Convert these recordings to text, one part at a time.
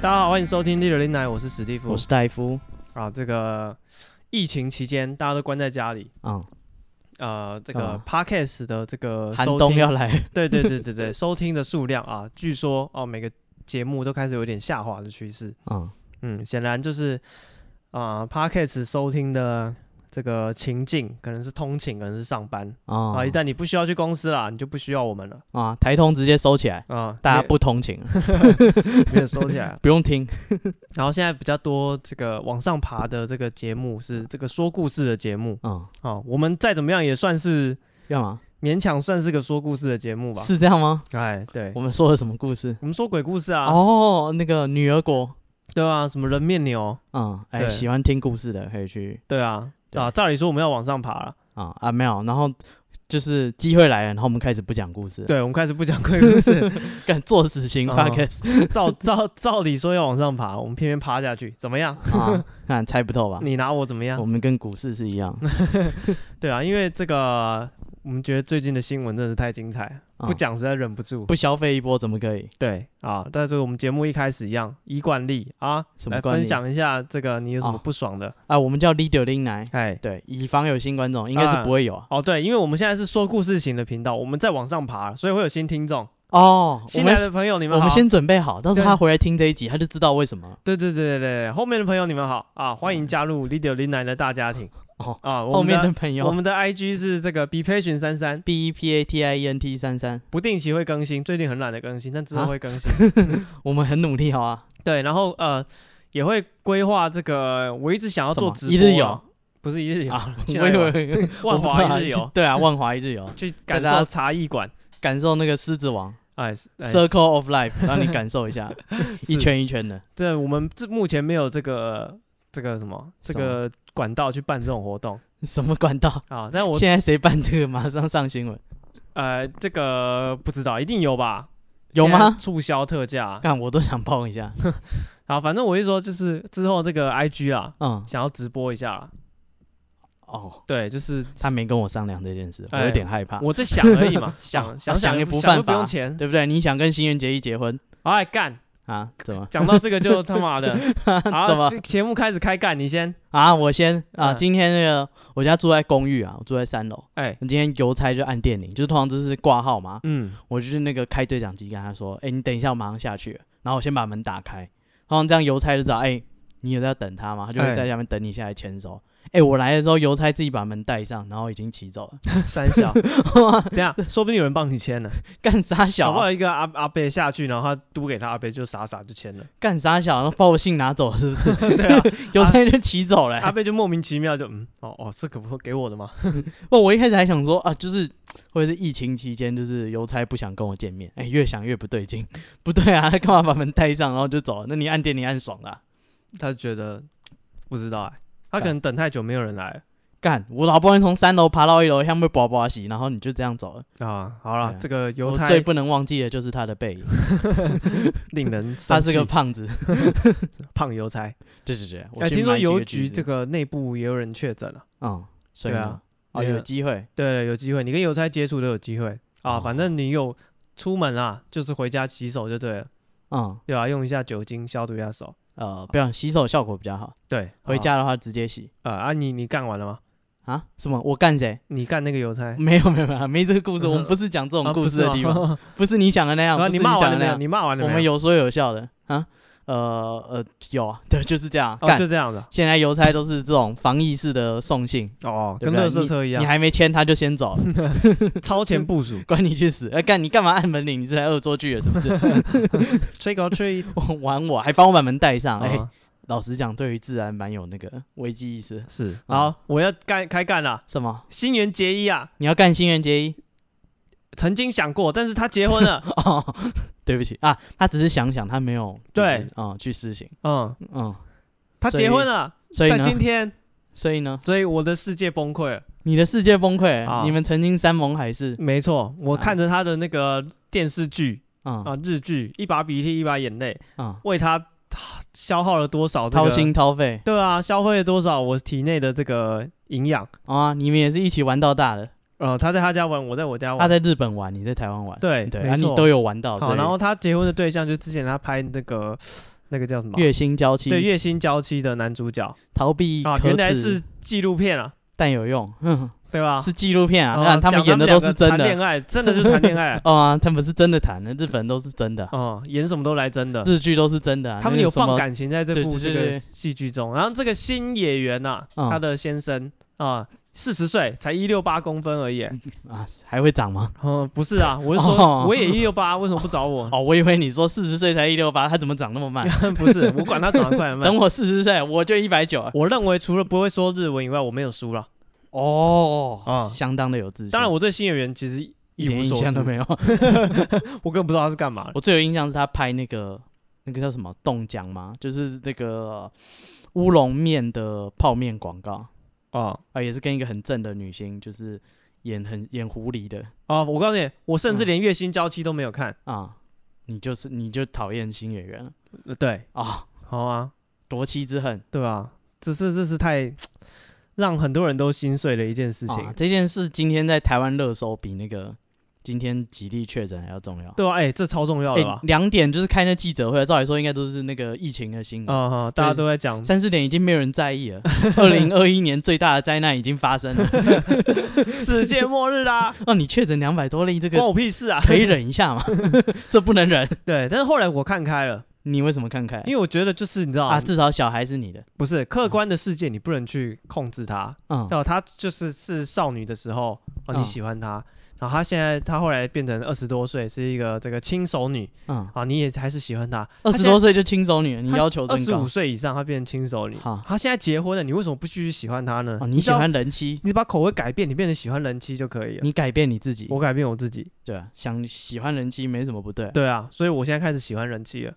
大家好，欢迎收听《六零奶》，我是史蒂夫， 我是戴夫。 啊，这个疫情期间大家都关在家里，这个 podcast 的这个寒冬要来， 对，收听的数量啊，据说每个节目都开始有点下滑的趋势。显然就是podcast 收听的这个情境可能是通勤，可能是上班一旦你不需要去公司啦，你就不需要我们了台通直接收起来大家不通勤没有收起来不用听然后现在比较多这个往上爬的这个节目是这个说故事的节目我们再怎么样也算是勉强算是个说故事的节目吧？ 是这样吗？ 对， 我们说了什么故事？ 我们说鬼故事啊。 那个女儿国， 对啊，什么人面牛， 喜欢听故事的可以去。 对啊，照理说我们要往上爬了没有，然后就是机会来了，然后我们开始不讲故事了。 对，我们开始不讲鬼故事， 敢做死刑 podcast。 照理说要往上爬，我们偏偏趴下去，怎么样看猜不透吧？ 你拿我怎么样？ 我们跟股市是一样。 对啊，因为这个我们觉得最近的新闻真的是太精彩，不讲实在忍不住， 不消费一波怎么可以？ 对但是我们节目一开始一样，依惯例来分享一下这个你有什么不爽的我们叫 Leader 林奶，对，以防有新观众，应该是不会有对，因为我们现在是说故事型的频道，我们在往上爬，所以会有新听众新来的朋友你们好， 我们先准备好，到时候他回来听这一集，他就知道为什么。 对，后面的朋友你们好欢迎加入 Leader 林奶的大家庭。 后面的朋友， 我们的 IG 是这个 bepatient33 BEPATIENT33， 不定期会更新，最近很懒得更新，但之后会更新。 我们很努力对，然后也会规划这个，我一直想要做直播， 一日游， 不是一日游万华一日游， 对万华一日游， 去感受茶艺馆， 感受那个狮子王Circle of Life， 让你感受一下一圈一圈的。 对，我们目前没有这个什么这个管道去办这种活动。 什么管道但我现在谁办这个马上上新闻？ 这个不知道，一定有吧？ 有吗？ 促销特价， 干我都想报一下。 反正我是说，就是之后这个 IG 想要直播一下对，就是他没跟我商量这件事，我有点害怕。 我在想而已嘛，想也不犯法，不用钱， 对不对？你想跟新垣结衣结婚？ 干怎么讲到这个就他妈的怎么节目开始开干？你先我先今天那个我家住在公寓我住在3楼。今天邮差就按电铃，就是通常这是挂号嘛。我就是那个开对讲机跟他说，你等一下，我马上下去了。然后我先把门打开，然后这样邮差就知道，你有在等他吗？他就会在下面等你下来牵手。我来的时候，邮差自己把门带上，然后已经骑走了。 三小，等一下，说不定有人帮你签了。 干啥小？ 搞不好一个阿伯下去，然后他嘟给他，阿伯就傻就签了。 干啥小？然后把我信拿走了，是不是？ 对啊， 邮差就骑走了。 阿伯就莫名其妙就这可不给我的吗？ 我一开始还想说就是或者是疫情期间，就是邮差不想跟我见面。越想越不对劲，不对啊，他干嘛把门带上然后就走了？那你按电铃按爽了他就觉得不知道他可能等太久没有人来了。 干，我好不容易从3楼爬到1楼，像被拔拔洗，然后你就这样走了好了，这个邮差我最不能忘记的就是他的背影， 令人生气。 他是个胖子， 胖邮差。对， 听说邮局这个内部也有人确诊了。 所以有机会。 对，有机会，你跟邮差接触都有机会反正你有出门就是回家洗手就对了。对吧？用一下酒精消毒一下手。 不要洗手效果比较好。对，回家的话直接洗。 你干完了吗？ 什么？我干谁？ 你干那个邮差？ 没有，没这个故事。我们不是讲这种故事的地方，不是你想的那样。 你骂完了没有？你骂完了没有？ 我们有说有笑的有对，就是这样。 就这样的。 现在邮差都是这种防疫式的送信跟垃圾车一样。 你还没签他就先走了， 超前部署， 关你去死！你干嘛按门铃？你是来恶作剧了是不是 ？Trick or treat， 玩我，还帮我把门带上。老实讲，对于自然蛮有那个危机意识。 是，好，我要开干了。 什么？ 新垣结衣你要干新垣结衣？ 曾经想过，但是他结婚了。 对不起他只是想，他没有去施行。 他结婚了，在今天。 所以呢？ 所以我的世界崩溃了。 你的世界崩溃？你们曾经山盟海誓？ 没错，我看着他的那个电视剧日剧，一把鼻涕一把眼泪为他消耗了多少掏心掏肺？ 对啊，消费了多少我体内的这个营养你们也是一起玩到大的。 他在他家玩，我在我家玩。 他在日本玩，你在台湾玩。 对， 你都有玩到。 好，然后他结婚的对象就之前他拍那那个叫什么？ 月薪娇妻。 对，月薪娇妻的男主角， 逃避可耻， 原来是纪录片啊， 但有用， 对吧？ 是纪录片啊，他们演的都是真的。 谈恋爱，真的就是谈恋爱。 他们是真的谈的，日本都是真的。 演什么都来真的， 日剧都是真的。 他们有放感情在这部这个戏剧中。然后这个新演员呐，他的先生40岁，才168公分而已。 还会长吗？ 不是啊，我是说我也168，为什么不找我？ 我以为你说40岁才168，他怎么长那么慢？ 不是，我管他长得快慢。 等我40岁，我就190。 我认为除了不会说日文以外，我没有输了。 相当的有自信。 当然，我对新演员其实一点印象都没有， 我根本不知道他是干嘛的。 我最有印象是他拍那个叫什么冻姜嘛，就是那个乌龙面的泡面广告也是跟一个很正的女星，就是演狐狸的我告诉你，我甚至连月薪娇妻都没有看你就讨厌新演员了。 对好啊， 夺妻之恨， 对吧？这是太让很多人都心碎的一件事情。 这件事今天在台湾热搜比那个今天极力确诊还要重要。 对啊，这超重要的吧 ？2点就是开那记者会，照理说应该都是那个疫情的新闻大家都在讲。 3、4点已经没有人在意了。2021年最大的灾难已经发生了， 世界末日啦！ 你确诊200多例，这个关我屁事啊！ 可以忍一下嘛？这不能忍。 对，但是后来我看开了。 你为什么看开？ 因为我觉得就是你知道至少小孩是你的， 不是客观的世界，你不能去控制他。他就是少女的时候你喜欢他，然后他后来变成20多岁，是一个这个轻熟女。你也还是喜欢他。 20多岁就轻熟女，你要求真高。 25岁以上，她变成轻熟女。她现在结婚了，你为什么不继续喜欢她呢？ 你喜欢人妻， 你把口味改变，你变成喜欢人妻就可以了。 你改变你自己， 我改变我自己。 对啊，想喜欢人妻没什么不对。 对啊，所以我现在开始喜欢人妻了。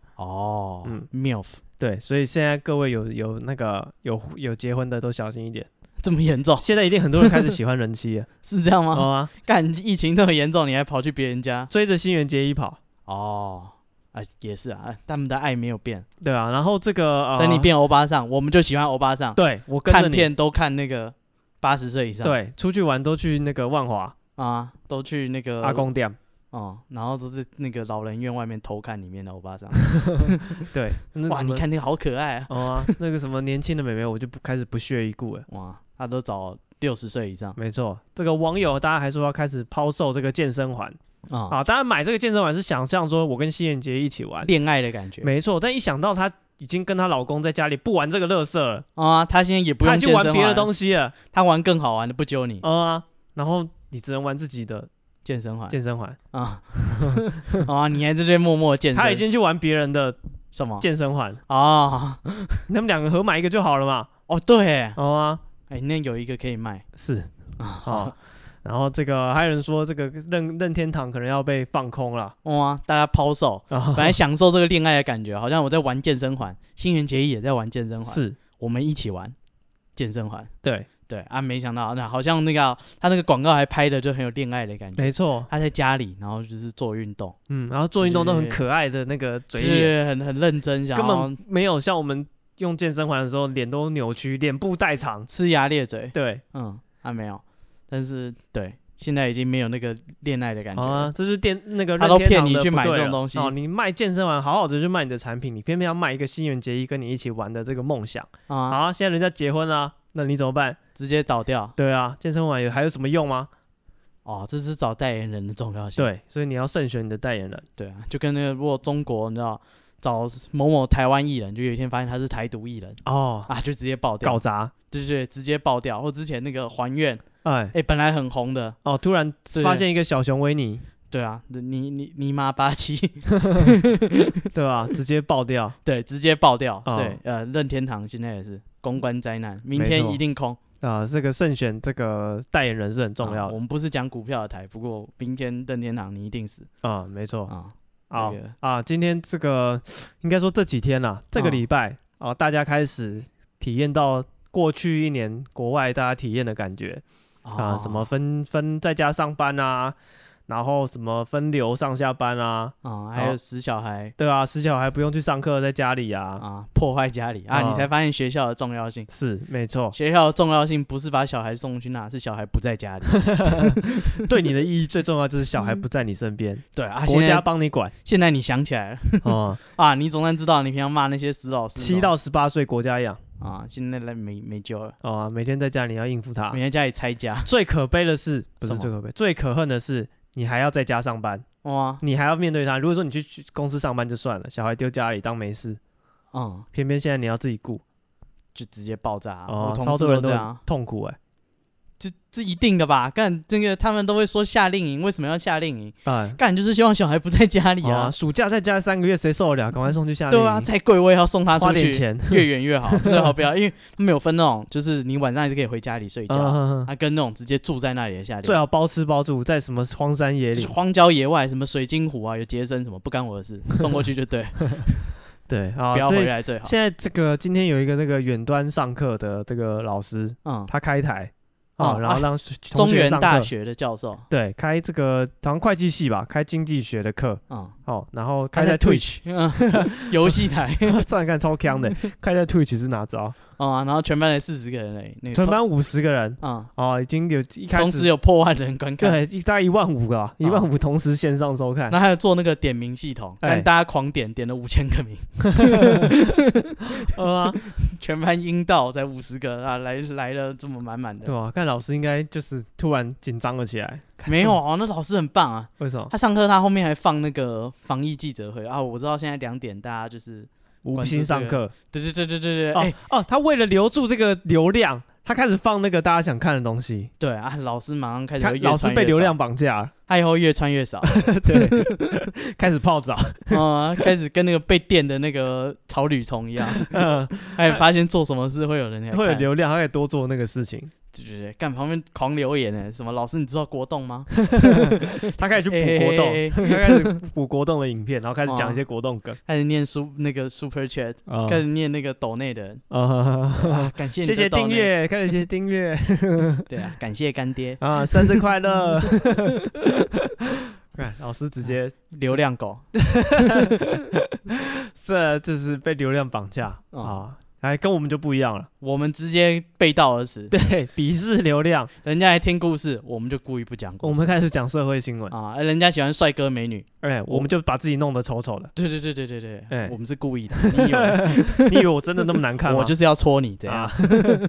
MILF。 对，所以现在各位有那个有结婚的都小心一点。 这么严重？现在一定很多人开始喜欢人妻了。 是这样吗？干疫情这么严重，你还跑去别人家追着新垣结衣跑？ 也是啊，他们的爱没有变。 对啊，然后这个等你变欧巴桑，我们就喜欢欧巴桑。 对，我跟着你看片都看那个80岁以上。 对，出去玩都去那个万华都去那个阿公店。 然后都是那个老人院外面偷看里面的欧巴桑。 对， 哇，你看那个好可爱啊！ 那个什么年轻的妹妹，我就开始不屑一顾了。 哇，他都找60岁以上。 没错，这个网友大家还说要开始抛售这个健身环当然买这个健身环是想象说我跟新垣结衣一起玩恋爱的感觉。 没错，但一想到她已经跟她老公在家里不玩这个垃圾了她现在也不用健身环， 她去玩别的东西了， 她玩更好玩的，不揪你然后你只能玩自己的健身环你还在这默默健身。 他已经去玩别人的什么健身环他们2个合买一个就好了嘛。 对那有一个可以卖。 是然后这个还有人说这个任天堂可能要被放空了。 大家抛售本来享受这个恋爱的感觉，好像我在玩健身环，新垣结衣也在玩健身环， 是我们一起玩健身环。对没想到好像那个他那个广告还拍的就很有恋爱的感觉。 没错， 他在家里然后就是做运动， 然后做运动都很可爱的那个嘴脸， 很认真， 根本没有像我们用健身环的时候脸都扭曲，脸部代偿， 呲牙咧嘴。 对， 没有，但是现在已经没有那个恋爱的感觉了。 这是那个他都骗你去买这种东西。 你卖健身环，好好的去卖你的产品，你偏偏要卖一个新垣结衣跟你一起玩的这个梦想现在人家结婚了，那你怎么办？ 直接倒掉。对啊，健身环还有什么用吗？ 这是找代言人的重要性。 对，所以你要慎选你的代言人。 对啊，就跟那个如果中国你知道找某某台湾艺人，就有一天发现他是台独艺人就直接爆掉， 搞砸。 对，直接爆掉。或之前那个还愿，本来很红的突然发现一个小熊维尼。 对啊，你妈87， 对吧？直接爆掉。 对，直接爆掉。对，任天堂现在也是公关灾难，明天一定空这个慎选这个代言人是很重要的。 我们不是讲股票的台，不过明天任天堂你一定死没错今天这个应该说这几天这个礼拜大家开始体验到过去1年国外大家体验的感觉什么分在家上班然后什么分流上下班啊， 还有死小孩， 对啊，死小孩不用去上课，在家里啊， 破坏家里啊，你才发现学校的重要性。 是没错， 学校的重要性不是把小孩送去那，是小孩不在家里。 对你的意义最重要就是小孩不在你身边， 对啊， 国家帮你管。 现在你想起来了你总算知道你平常骂那些死老师 ，7到18岁国家养。 现在没救了每天在家里要应付他， 每天家里拆家。 最可悲的是，不是最可悲，最可恨的是，你还要在家上班，你还要面对他。如果说你去公司上班就算了，小孩丢家里当没事，偏偏现在你要自己顾， 就直接爆炸。 超多人都痛苦这一定的吧？干这个他们都会说夏令营，为什么要夏令营？干就是希望小孩不在家里啊。 暑假在家3个月，谁受得了？赶快送去夏令营。 对啊，再贵我也要送他出去， 花点钱， 越远越好，最好不要，因为他们有分那种，就是你晚上还是可以回家里睡觉，跟那种直接住在那里的夏令营， 最好包吃包住，在什么荒山野岭、 荒郊野外，什么水晶湖啊，有结生什么，不干我的事，送过去就对。 对不要回来最好。 现在今天有一个那个远端上课的这个老师，他开台。然后让中原大学的教授对开这个好像会计系吧，开经济学的课，然后开在 Twitch 游戏台， 这样看超强的，开在 Twitch 是哪招？ 然后全班才40个人而已， 全班50个人，已经有一开始同时有破万人观看， 对，大概15000个，15000同时线上收看， 然后还有做那个点名系统，但大家狂点了5000个名，全班阴道才50个来了这么满满的， 对吧？看老师应该就是突然紧张了起来， 没有那老师很棒啊， 为什么？ 他上课他后面还放那个防疫记者会我知道现在2点大家就是无心上课， 对， 他为了留住这个流量，他开始放那个大家想看的东西。 对老师马上开始越穿越少， 老师被流量绑架了， 他以后越穿越少。 对，开始泡澡， 开始跟那个被电的那个草履虫一样，还发现做什么事会有人会有流量，他可以多做那个事情。 对，干旁边狂留言呢，什么老师你知道国栋吗？ 他开始去补国栋，他开始补国栋的影片，然后开始讲一些国栋梗， 开始念那个 Super Chat，开始念那个抖内的人，感谢你的谢谢订阅，开始谢谢订阅， 对感谢干爹生日快乐。老师直接流量狗， 这就是被流量绑架跟我们就不一样了， 我们直接背道而驰， 对，鄙视流量， 人家来听故事，我们就故意不讲故事， 我们开始讲社会新闻人家喜欢帅哥美女， 我们就把自己弄得丑丑的， 对，我们是故意的， 你以为我真的那么难看吗？ 我就是要戳你这样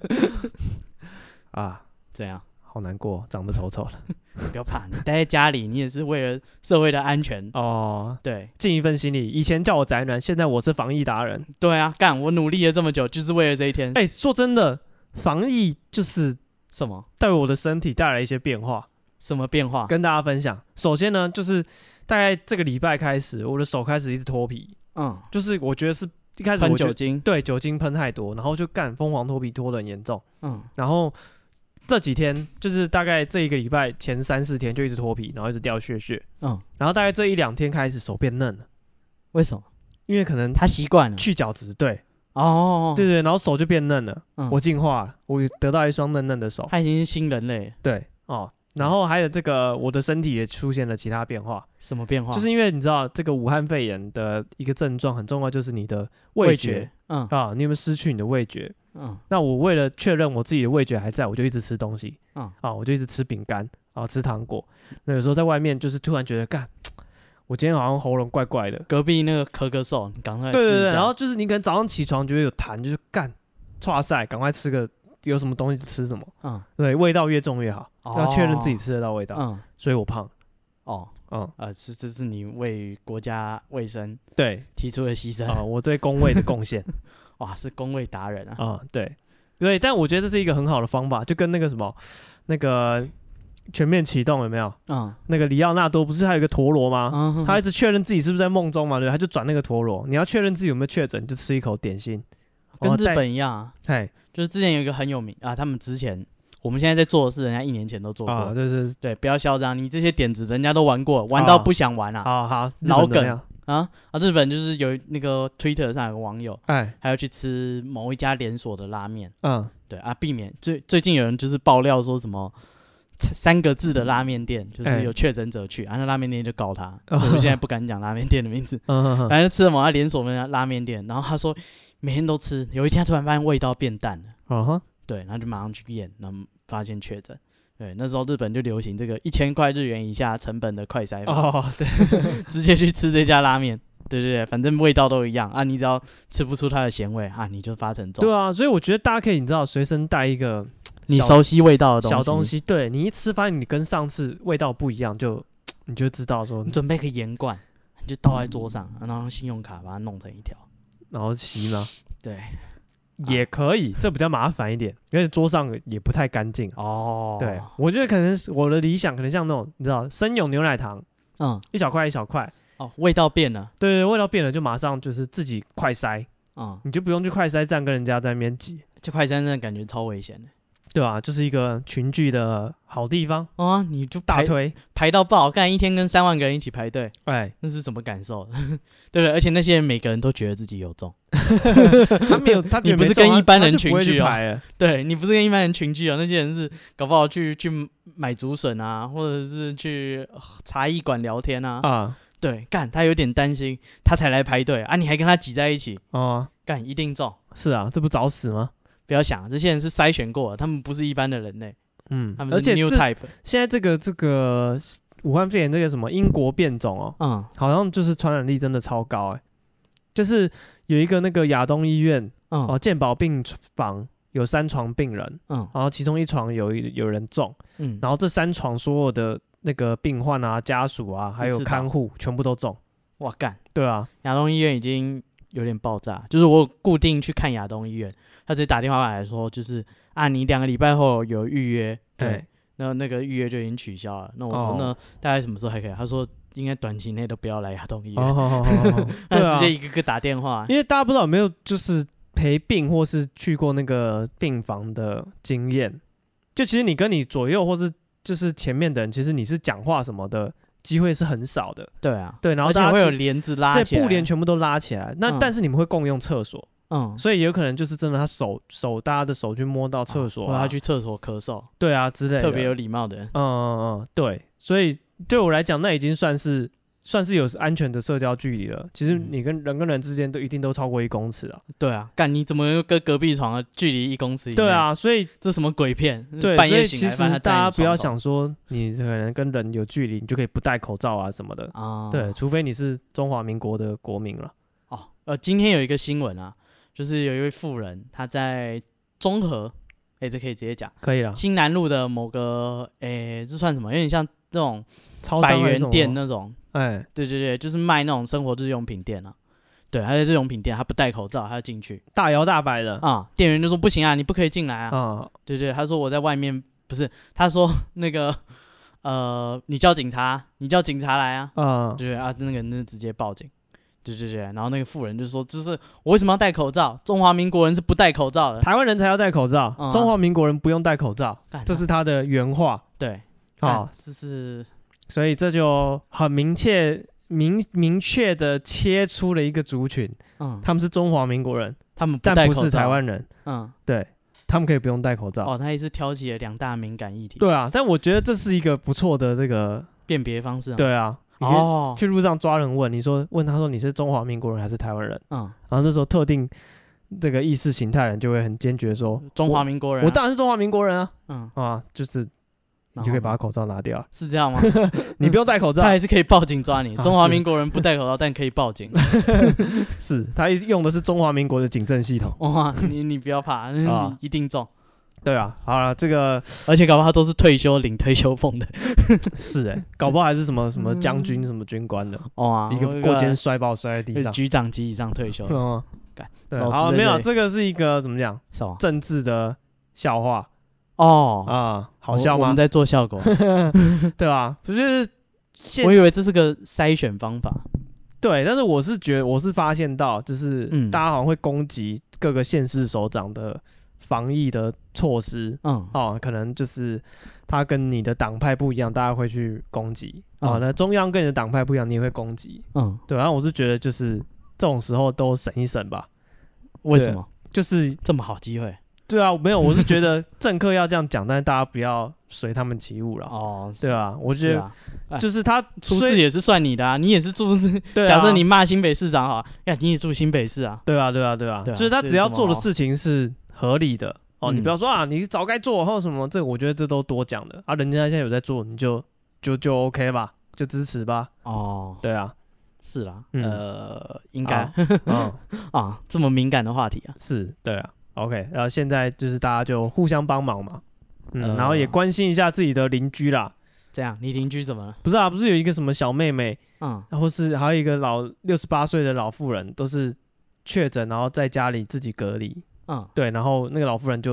这样好难过，长得丑丑的。 不要怕，你待在家里，你也是为了社会的安全对， 尽一份心力。以前叫我宅男，现在我是防疫达人。 对啊，我努力了这么久，就是为了这一天。 说真的，防疫就是什么？ 对我的身体带来一些变化。 什么变化？ 跟大家分享。首先呢，就是大概这个礼拜开始，我的手开始一直脱皮。就是我觉得是一开始喷酒精， 对，酒精喷太多，然后就疯狂脱皮，脱得很严重。然后这几天就是大概这一个礼拜前3-4天就一直脱皮，然后一直掉屑屑。然后大概这1-2天开始手变嫩了。 为什么？ 因为可能他习惯了去角质，对。 对， 然后手就变嫩了。我进化了，我得到一双嫩嫩的手。 他已经是新人类。 对然后还有这个我的身体也出现了其他变化。 什么变化？ 就是因为你知道这个武汉肺炎的一个症状很重要，就是你的味觉。你有没有失去你的味觉？那我为了确认我自己的味觉还在，我就一直吃东西。我就一直吃饼干，吃糖果。那有时候在外面就是突然觉得我今天好像喉咙怪怪的， 隔壁那个咳嗽，你赶快试一下。 对，然后就是你可能早上起床觉得有痰，就是剉赛，赶快吃个有什么东西吃什么。对，味道越重越好，要确认自己吃得到味道。所以我胖。 这是你为国家卫生对提出的牺牲我对公卫的贡献。 哇，是公卫达人对，但我觉得这是一个很好的方法，就跟那个什么那个全面启动有没有？那个里奥纳多不是还有一个陀螺吗？他一直确认自己是不是在梦中嘛，对，他就转那个陀螺。你要确认自己有没有确诊，就吃一口点心， 跟日本一样就是之前有一个很有名他们之前我们现在在做的事，人家1年前都做过对，不要嚣张，你这些点子人家都玩过，玩到不想玩好， 老梗。日本就是有那个 Twitter 上有个网友，还要去吃某一家连锁的拉面，对避免最近有人就是爆料说什么 3个字的拉面店，就是有确诊者去，那拉面店就告他，所以我现在不敢讲拉面店的名字。反正吃了某家连锁的拉面店，然后他说每天都吃，有一天他突然发现味道变淡了，对，然后就马上去验，然后发现确诊。对，那时候日本就流行这个1000块日元以下成本的快筛法，对，直接去吃这家拉面。对对对，反正味道都一样啊，你只要吃不出它的咸味啊，你就发成重。 对啊，所以我觉得大家可以，你知道，随身带一个你熟悉味道的小东西，对，你一吃发现你跟上次味道不一样，你就知道说， 你准备个盐罐，你就倒在桌上，然后用信用卡把它弄成一条， 然后吸吗？ 对， 也可以，这比较麻烦一点，而且桌上也不太干净。对，我觉得可能我的理想可能像那种，你知道，生永牛奶糖，一小块一小块。 味道变了， 对，味道变了就马上就是自己快筛，你就不用去快筛站跟人家在那边挤， 就快筛站感觉超危险的， 对啊，就是一个群聚的好地方你就大推排到爆，干一天跟3万个人一起排队，那是什么感受？对不对？而且那些人每个人都觉得自己有中， 他没有， 你不是跟一般人群聚对， 你不是跟一般人群聚那些人是搞不好去买竹笋啊，或者是去茶艺馆聊天啊。对，干他有点担心，他才来排队啊！你还跟他挤在一起干一定中。是啊，这不找死吗？ 不要想，这些人是筛选过的，他们不是一般的人类，他们是 new type。 现在这个武汉肺炎这个什么英国变种好像就是传染力真的超高就是有一个那个亚东医院健保病房有3床病人，然后其中1床有人中，然后这3床所有的那个病患啊、家属啊，还有看护全部都中。 哇干！ 对啊， 亚东医院已经有点爆炸。就是我固定去看亚东医院，他直接打电话来说，就是你2个礼拜后有预约，对，那个预约就已经取消了。那我说那大概什么时候还可以？他说应该短期内都不要来亚东医院。对啊，直接一个个打电话。 因为大家不知道有没有就是陪病或是去过那个病房的经验，就其实你跟你左右或是就是前面的人，其实你是讲话什么的机会是很少的。 对啊， 对，然后大家会有帘子拉起来， 对，布帘全部都拉起来。那但是你们会共用厕所，所以也有可能就是真的他手大家的手去摸到厕所， 或者他去厕所咳嗽， 对啊之类的， 特别有礼貌的人。 对，所以对我来讲，那已经算是有安全的社交距离了。其实你跟人之间都一定都超过1公尺啊。 对啊，干你怎么跟隔壁床的距离1公尺以内？ 对啊，所以这什么鬼片？ 对， 半夜醒来所以其实大家不要想说你可能跟人有距离，你就可以不戴口罩啊什么的对，除非你是中华民国的国民了。 今天有一个新闻就是有一位妇人，她在中和，这可以直接讲， 可以了。 新南路的某个，这算什么？有点像这种百元店那种。对对对，就是卖那种生活日用品店对，他在日用品店，他不戴口罩，他就进去， 大摇大摆的店员就说不行你不可以进来对对，他说我在外面，不是，他说那个你叫警察来对那个人直接报警。对对对，然后那个妇人就说，就是我为什么要戴口罩？中华民国人是不戴口罩的， 台湾人才要戴口罩，中华民国人不用戴口罩，这是他的原话。 对，这是， 所以这就很明确的切出了一个族群，他们是中华民国人， 他们但不是台湾人，对，他们可以不用戴口罩。 他也是挑起了2大敏感议题。 对啊，但我觉得这是一个不错的这个辨别方式。 对啊。去路上抓人问他说你是中华民国人还是台湾人？然后这时候特定这个意识形态人就会很坚决说中华民国人， 我当然是中华民国人就是你就可以把口罩拿掉， 是这样吗？ 你不用戴口罩， 他还是可以报警抓你。中华民国人不戴口罩，但可以报警。 是他用的是中华民国的警政系统。 哇，你不要怕，一定中。 对啊，好了，这个而且搞不好他都是领退休俸的， 是搞不好还是什么将军、什么军官的一个过肩摔爆摔在地上， 局长级以上退休。 对，好，没有，这个是一个怎么讲？政治的笑话好笑吗？ 我们在做效果， 对吧？不是， 我以为这是个筛选方法。 对，但是我是发现到，就是大家好像会攻击各个县市首长的防疫的措施，可能就是他跟你的党派不一样，大家会去攻击那中央跟你的党派不一样，你也会攻击，对。然后我是觉得就是这种时候都省一省吧。 为什么？ 就是这么好机会， 对啊，没有，我是觉得政客要这样讲，但是大家不要随他们起舞了。哦，对啊，我觉得就是他出事也是算你的啊，你也是住，假设你骂新北市长好，你也住新北市啊。 对啊，就是他只要做的事情是合理的哦，你不要说啊，你早该做或什么，这我觉得这都多讲的啊，人家现在有在做，你就 OK 吧，就支持吧。哦，对啊， 是啦，应该这么敏感的话题啊， 是，对啊。OK， 然后现在就是大家就互相帮忙嘛，然后也关心一下自己的邻居啦。 这样，你邻居怎么了？ 不是啊，不是有一个什么小妹妹，或是还有一个68岁的老妇人，都是确诊，然后在家里自己隔离。对，然后那个老妇人就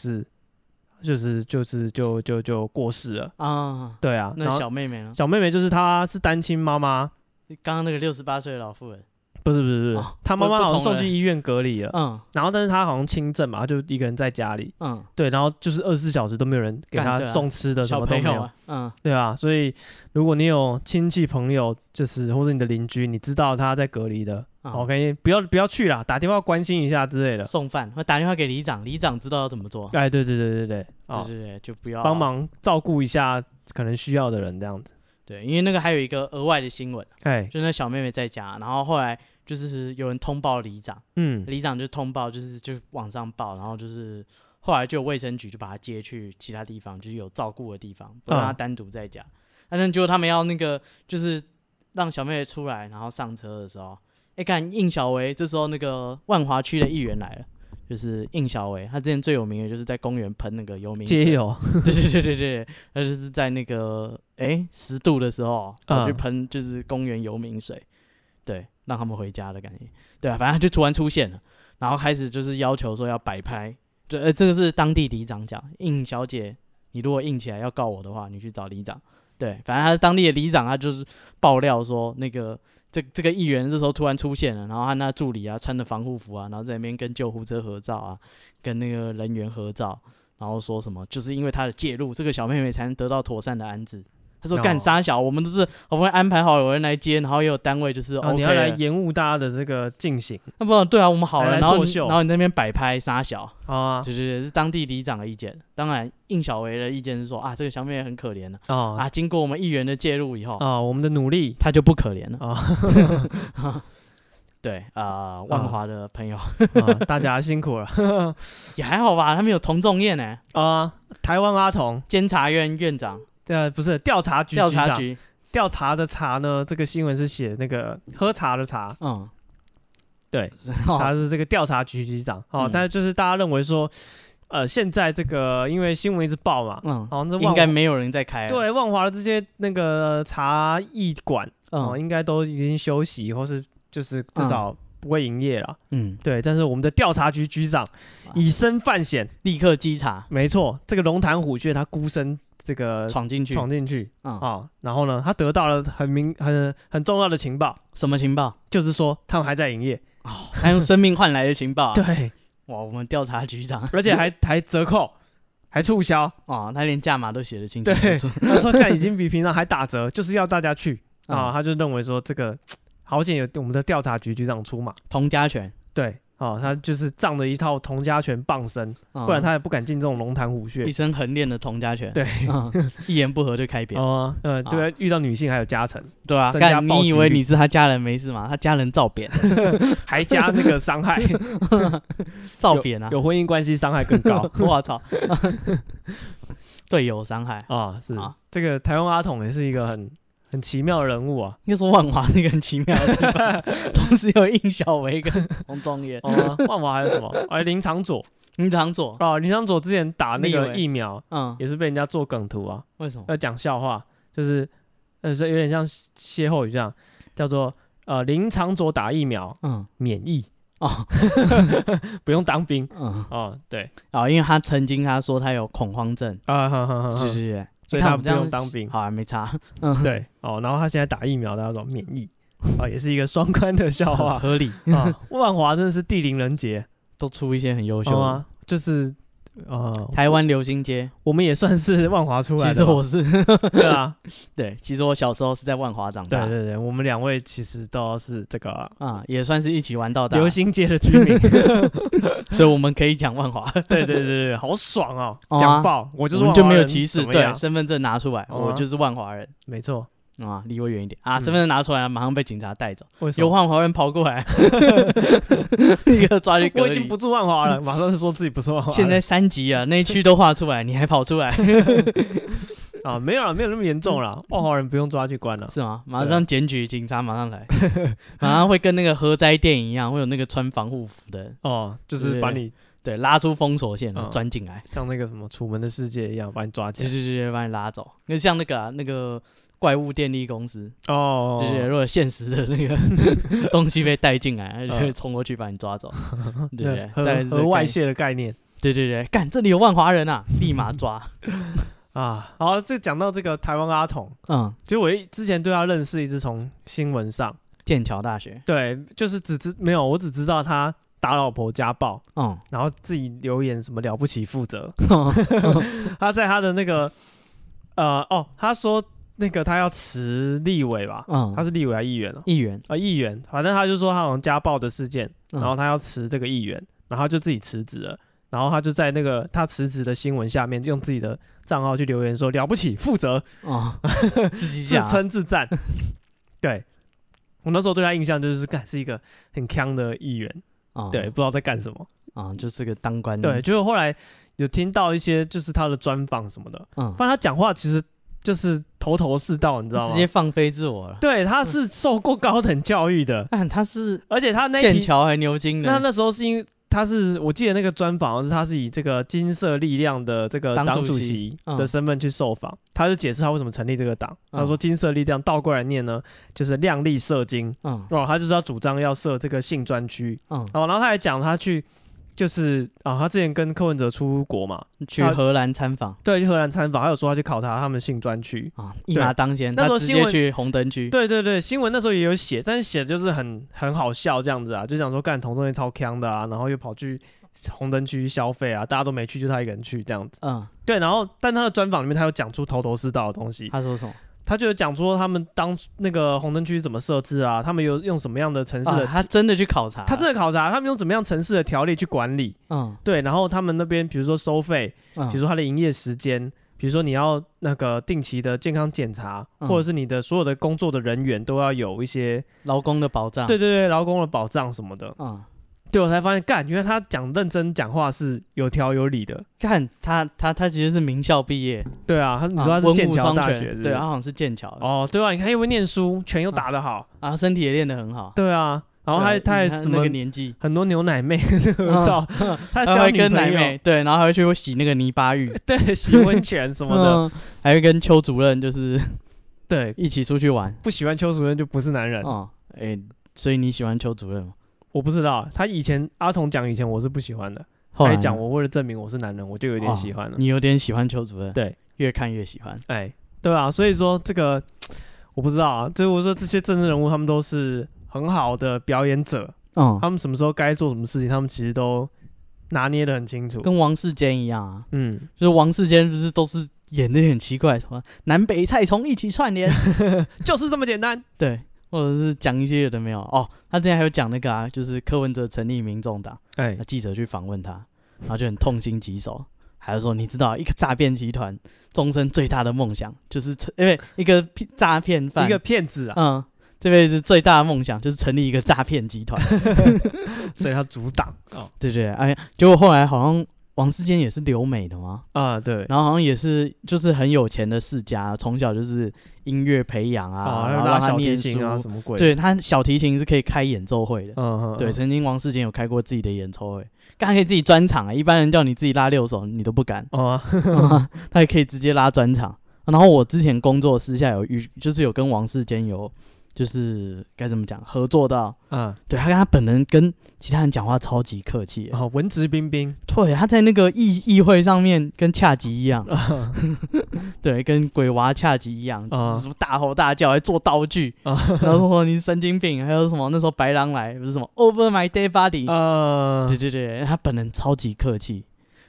过世了啊。对啊， 那小妹妹呢？ 小妹妹就是她是单亲妈妈。 刚刚那个68岁的老妇人。 不是，他妈妈好像送去医院隔离了，然后但是他好像轻症嘛，他就一个人在家里，对，然后就是24小时都没有人给他送吃的，什么都没有，对啊，所以如果你有亲戚朋友，就是或者你的邻居，你知道他在隔离的，OK， 不要去啦，打电话关心一下之类的， 送饭或打电话给里长，里长知道要怎么做， 哎，对， 就不要帮忙照顾一下可能需要的人这样子， 对，因为那个还有一个额外的新闻，就那小妹妹在家，然后后来。就是有人通报里长，里长就通报，就往上报，然后就是后来就有卫生局就把他接去其他地方，就是有照顾的地方，不让他单独在家。但是结果他们要那个就是让小妹妹出来，然后上车的时候，看应小维，这时候那个万华区的议员来了，就是应小维，他之前最有名的就是在公园喷那个游民水， 街友， 对，他就是在那个10度的时候跑去喷就是公园游民水，对。让他们回家的感觉，对啊，反正就突然出现了，然后开始就是要求说要摆拍，这个是当地里长讲，应小姐，你如果硬起来要告我的话，你去找里长，对，反正他是当地的里长，他就是爆料说那个这个议员这时候突然出现了，然后他那助理啊穿着防护服啊，然后在那边跟救护车合照啊，跟那个人员合照，然后说什么就是因为他的介入，这个小妹妹才能得到妥善的安置。他说：“干啥小，我们都是好不容易安排好有人来接，然后也有单位就是 OK， 你要来延误大家的这个进行。 那不对啊，我们好了，然后你那边摆拍傻小啊， 是当地里长的意见。当然，应小维的意见是说啊，这个小妹妹很可怜的经过我们议员的介入以后我们的努力， 她就不可怜了对万华的朋友大家辛苦了， 也还好吧，他们有童仲彦呢台湾阿童监察院院长。” 不是调查局局长，调查的查呢？这个新闻是写那个喝茶的茶，对，他是这个调查局局长但是就是大家认为说，现在这个因为新闻一直报嘛，好像应该没有人在开了， 对，万华的这些那个茶艺馆，应该都已经休息，或是就是至少不会营业了，对，但是我们的调查局局长以身犯险， 立刻稽查， 没错，这个龙潭虎穴他孤身。这个闯进去然后呢，他得到了很重要的情报。 什么情报？ 就是说他们还在营业他用生命换来的情报对， 哇，我们调查局长， 而且还折扣，还促销他连价码都写得清楚。 对，他说看已经比平常还打折，就是要大家去他就认为说这个好险有我们的调查局局长出马， 童家权， 对。他就是仗着一套童家拳傍身，不然他也不敢进这种龙潭虎穴。 一身横练的童家拳， 对， 一言不合就开扁。 对，遇到女性还有加成， 对啊，你以为你是他家人没事吗？他家人照扁， 还加那个伤害， 照扁啊， 有婚姻关系伤害更高。 我操，队友伤害是这个台湾阿童也是一个很奇妙的人物啊， 应该说万华是一个很奇妙的地方，同时有应小维跟洪仲彦。 万华还有什么？林长佐林长佐之前打那个疫苗，也是被人家做梗图啊。 为什么？ 要讲笑话，就是有点像歇后语这样，叫做林长佐打疫苗，免疫不用当兵。对因为他曾经他说他有恐慌症是。 所以他不用当兵， 好，没差。 对然后他现在打疫苗，他说免疫也是一个双关的笑话， 合理万华真的是地灵人杰， 都出一些很优秀的就是台湾流星街， 我们也算是万华出来的。 其实我是， 对啊， 对，其实我小时候是在万华长大。 对，我们2位其实都是这个也算是一起玩到大。 流星街的居民， 所以我们可以讲万华。 对，好爽哦，讲爆，我就是万华人， 就没有歧视，对，身份证拿出来，我就是万华人， 没错。 离我远一点身份证拿出来，马上被警察带走。 为什么？ 有万华人跑过来，一个抓去隔离。 我已经不住万华了，马上就说自己不住万华。 现在3级啊，那一区都划出来，你还跑出来？ 没有那么严重啦，万华人不用抓去关了， 是吗？马上检举，警察马上来，马上会跟那个核灾电影一样，会有那个穿防护服的就是把你对拉出封锁线钻进来， 像那个什么《楚门的世界》一样把你抓进来， 对，把你拉走。那像那个怪物电力公司就是如果现实的那个东西被带进来，就会冲过去把你抓走，对不对？ 核外泄的概念， 对，干这里有万华人啊，立马抓好，这讲到这个台湾阿童，其实我之前对他认识一直从新闻上， 剑桥大学， 对，就是我只知道他打老婆家暴，然后自己留言什么了不起负责，他在他的那个他说。那个他要辞立委吧，他是立委还是议员议员，反正他就说他好像家暴的事件，然后他要辞这个议员，然后他就自己辞职了，然后他就在那个他辞职的新闻下面用自己的账号去留言说了不起负责， 自己讲自称自赞。对，我那时候对他印象就是是一个很强的议员，对，不知道在干什么就是个当官的。 对，就是后来有听到一些就是他的专访什么的，发现他讲话其实就是头是道，你知道吗？ 直接放飞自我了。 对，他是受过高等教育的，而且他剑桥还牛津的。 那时候是因为我记得那个专访他是以这个金色力量的这个党主席的身份去受访，他就解释他为什么成立这个党。他说金色力量倒过来念呢，就是量力射精，他就是要主张要设这个性专区，然后他还讲他去。就是他之前跟柯文哲出国嘛， 去荷兰参访， 对，去荷兰参访，还有说他去考察他们性专区一马当先， 那时候他直接去红灯区， 对，新闻那时候也有写，但是写的就是很好笑这样子就讲说干同中间超强的然后又跑去红灯区消费大家都没去，就他一个人去这样子，对，然后但他的专访里面他有讲出头是道的东西， 他说什么？ 他就有讲说他们当那个红灯区怎么设置他们有用什么样的城市的他真的去考察， 他们用怎么样城市的条例去管理，对，然后他们那边比如说收费，比如说他的营业时间，比如说你要那个定期的健康检查，或者是你的所有的工作的人员都要有一些劳工的保障， 对，劳工的保障什么的，对，我才发现原来他认真讲话是有条有理的。 他其实是名校毕业， 对你说他是剑桥大学， 对，他好像是剑桥的。 对你看又会念书，拳又打得好身体也练得很好。 对然后他还什么那个年纪很多牛奶妹合照，他会跟奶妹对，然后还会去洗那个泥巴浴， 对，洗温泉什么的， 还会跟邱主任就是对一起出去玩。 不喜欢邱主任就不是男人所以你喜欢邱主任吗？ 我不知道，他以前阿童讲以前我是不喜欢的，后来讲我为了证明我是男人，我就有点喜欢了。 你有点喜欢邱主任， 对， 越看越喜欢。 对所以说这个我不知道就是我说这些政治人物他们都是很好的表演者，他们什么时候该做什么事情，他们其实都拿捏得很清楚， 跟王世坚一样就是王世坚不是都是演得很奇怪，什么南北菜虫一起串联， 就是这么简单， 对。或者是讲一些有的没有他之前还有讲那个就是柯文哲成立民众党，那记者去访问他，然后就很痛心疾首，还是说你知道一个诈骗集团终身最大的梦想就是因为一个诈骗犯， 一个骗子这辈子最大的梦想就是成立一个诈骗集团， 所以他阻挡对，结果后来好像王世坚也是留美的吗？ 对， 然后好像也是就是很有钱的世家，从小就是音乐培养然后让他念书什么鬼？ 对，他小提琴是可以开演奏会的，对，曾经王世坚有开过自己的演奏会，刚才可以自己专场一般人叫你自己拉6首你都不敢他也可以直接拉专场。然后我之前工作私下就是有跟王世坚有就是该怎么讲合作到对，他跟他本人跟其他人讲话超级客气文质彬彬， 对，他在那个议会上面跟恰吉一样对，跟鬼娃恰吉一样什么大吼大叫还做道具然后说你是神经病，还有什么那时候白狼来不是什么 Over my dead body 对，他本人超级客气，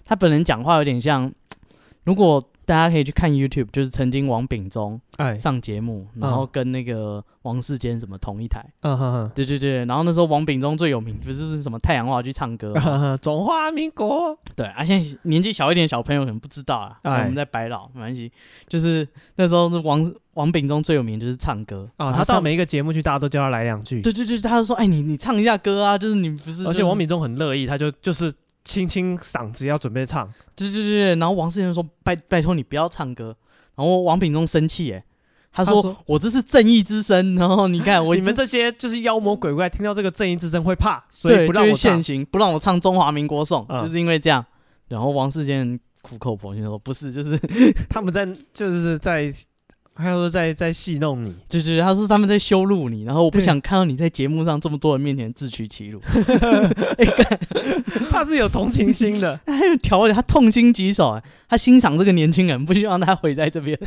他本人讲话有点像，如果大家可以去看 YouTube， 就是曾经王炳忠上节目，然后跟那个王世坚什么同一台，对对对，然后那时候王炳忠最有名，不是什么太阳花去唱歌， 中华民国， 对啊，现在年纪小一点小朋友可能不知道啊，我们在摆老没关系，就是那时候是王炳忠最有名就是唱歌啊，他到每一个节目去，大家都叫他来2句， 对对对，他就说，哎，你唱一下歌啊，就是你不是， 而且王炳忠很乐意，他就是清嗓子要准备唱， 对对对，然后王世坚说拜托你不要唱歌，然后王炳忠生气耶，他说我这是正义之声，然后你看你们这些就是妖魔鬼怪，听到这个正义之声会怕，所以不让我唱， 现行，不让我唱中华民国颂，就是因为这样。然后王世坚苦口婆心说不是，就是他们在他说在戏弄你， 对，他说他们在羞辱你，然后我不想看到你在节目上这么多人面前自取其辱。 他是有同情心的， 他还有调解，他痛心疾首，他欣赏这个年轻人，不希望他毁在这边。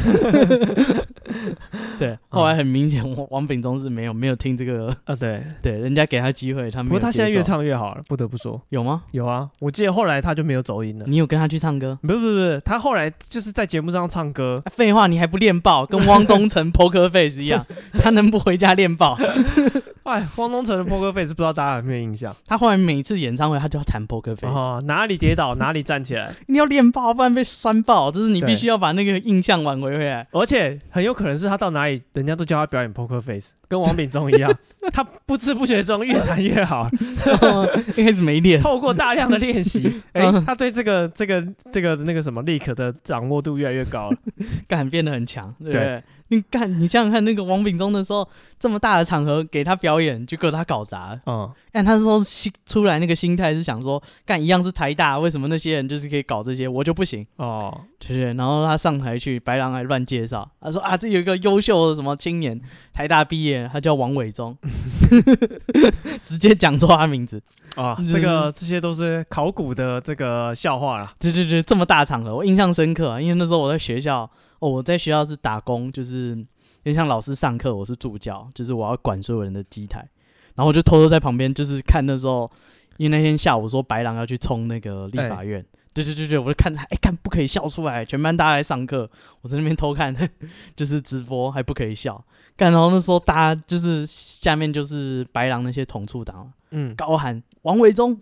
对，后来很明显，王炳忠是没有听这个对，人家给他机会，他没有。 不过他现在越唱越好了，不得不说。 有吗？ 有啊，我记得后来他就没有走音了。 你有跟他去唱歌？ 不是，他后来就是在节目上唱歌。 废话，你还不练爆？跟汪东城 Poker Face 一样，他能不回家练爆？ 哎，汪东城的 Poker Face 不知道大家有没有印象？ 他后来每次演唱会他就要弹 Poker Face， 哪里跌倒哪里站起来， 你要练爆，不然被酸爆。就是你必须要把那个印象挽回回来。 而且很有可能是他到哪里，人家都叫他表演 Poker Face， 跟王炳忠一样，他不知不觉中越弹越好。 一开始没练， 透过大量的练习，他对这个那个什么 lick 的掌握度越来越高了， 感变得很强，对不对？你想想看，那个王炳忠的时候，这么大的场合给他表演，就给他搞砸了。但他说出来那个心态是想说，干一样是台大，为什么那些人就是可以搞这些，我就不行？对。然后他上台去，白狼还乱介绍，他说这有一个优秀的什么青年，台大毕业，他叫王伟忠，直接讲错他名字这些都是考古的这个笑话啦。 对，这么大场合，我印象深刻因为那时候我在学校。我在学校是打工，就是有点像老师上课，我是助教，就是我要管所有人的机台，然后我就偷偷在旁边，就是看那时候，因为那天下午说白狼要去冲那个立法院，对，我就看，看不可以笑出来，全班大家在上课，我在那边偷看，就是直播还不可以笑，然后那时候大家就是下面就是白狼那些统促党，高喊王伟忠，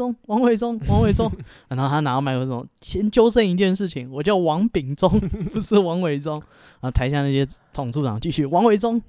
然后他拿到麦克风，先纠正一件事情，我叫王炳忠，不是王伟忠。然后台下那些统处长继续王伟忠，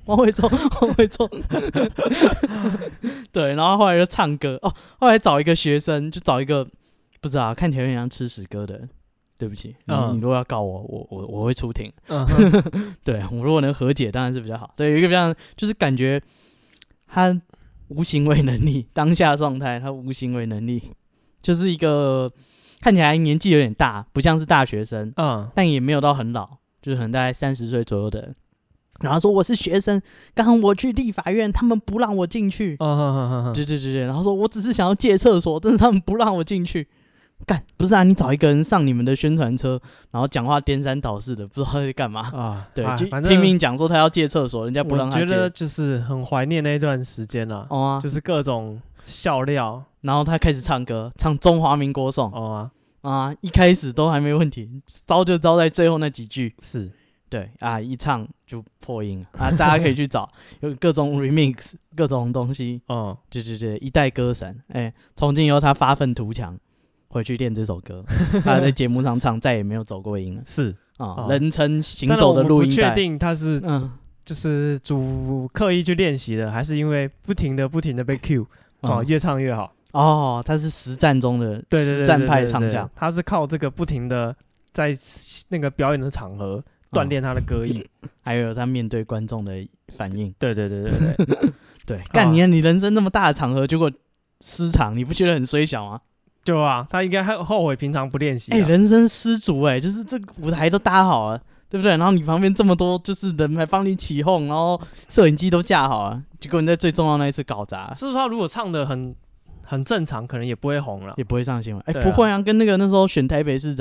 对，然后后来就唱歌后来找一个学生，就找一个不知道看起来有点像吃屎哥的人。对不起，你如果要告我会出庭。对，我如果能和解，当然是比较好。对，有一个比较就是感觉他无行为能力，当下状态他无行为能力，就是一个看起来年纪有点大，不像是大学生，但也没有到很老，就是可能大概30岁左右的人。然后说我是学生，刚刚我去立法院，他们不让我进去。对，然后说我只是想要借厕所，但是他们不让我进去。干不是啊！你找一个人上你们的宣传车，然后讲话颠三倒四的，不知道他在干嘛对，就拼命讲说他要借厕所，人家不让他借。 我觉得就是很怀念那段时间啦。就是各种笑料， 然后他开始唱歌，唱中华民国颂。一开始都还没问题，招就招在最后那几句。 是， 对一唱就破音大家可以去找，有各种 remix， 各种东西。对，一代歌神。从今以后他发愤图强。回去练这首歌，他在节目上唱，再也没有走过音了。 是人称行走的录音带。 我不确定他是就是刻意去练习的，还是因为不停的被 cue，越唱越好。 他是实战中的实战派唱将， 他是靠这个不停的在那个表演的场合锻炼他的歌艺， 还有他面对观众的反应。 对， 干你人生那么大的场合，结果失常，你不觉得很衰小吗？ 对啊，他应该后悔平常不练习。 人生失足就是这个舞台都搭好了，对不对？然后你旁边这么多就是人还帮你起哄，然后摄影机都架好了，结果你在最重要那一次搞砸。 是不是他如果唱的很正常，可能也不会红了， 也不会上新闻。不会啊，跟那时候选台北市长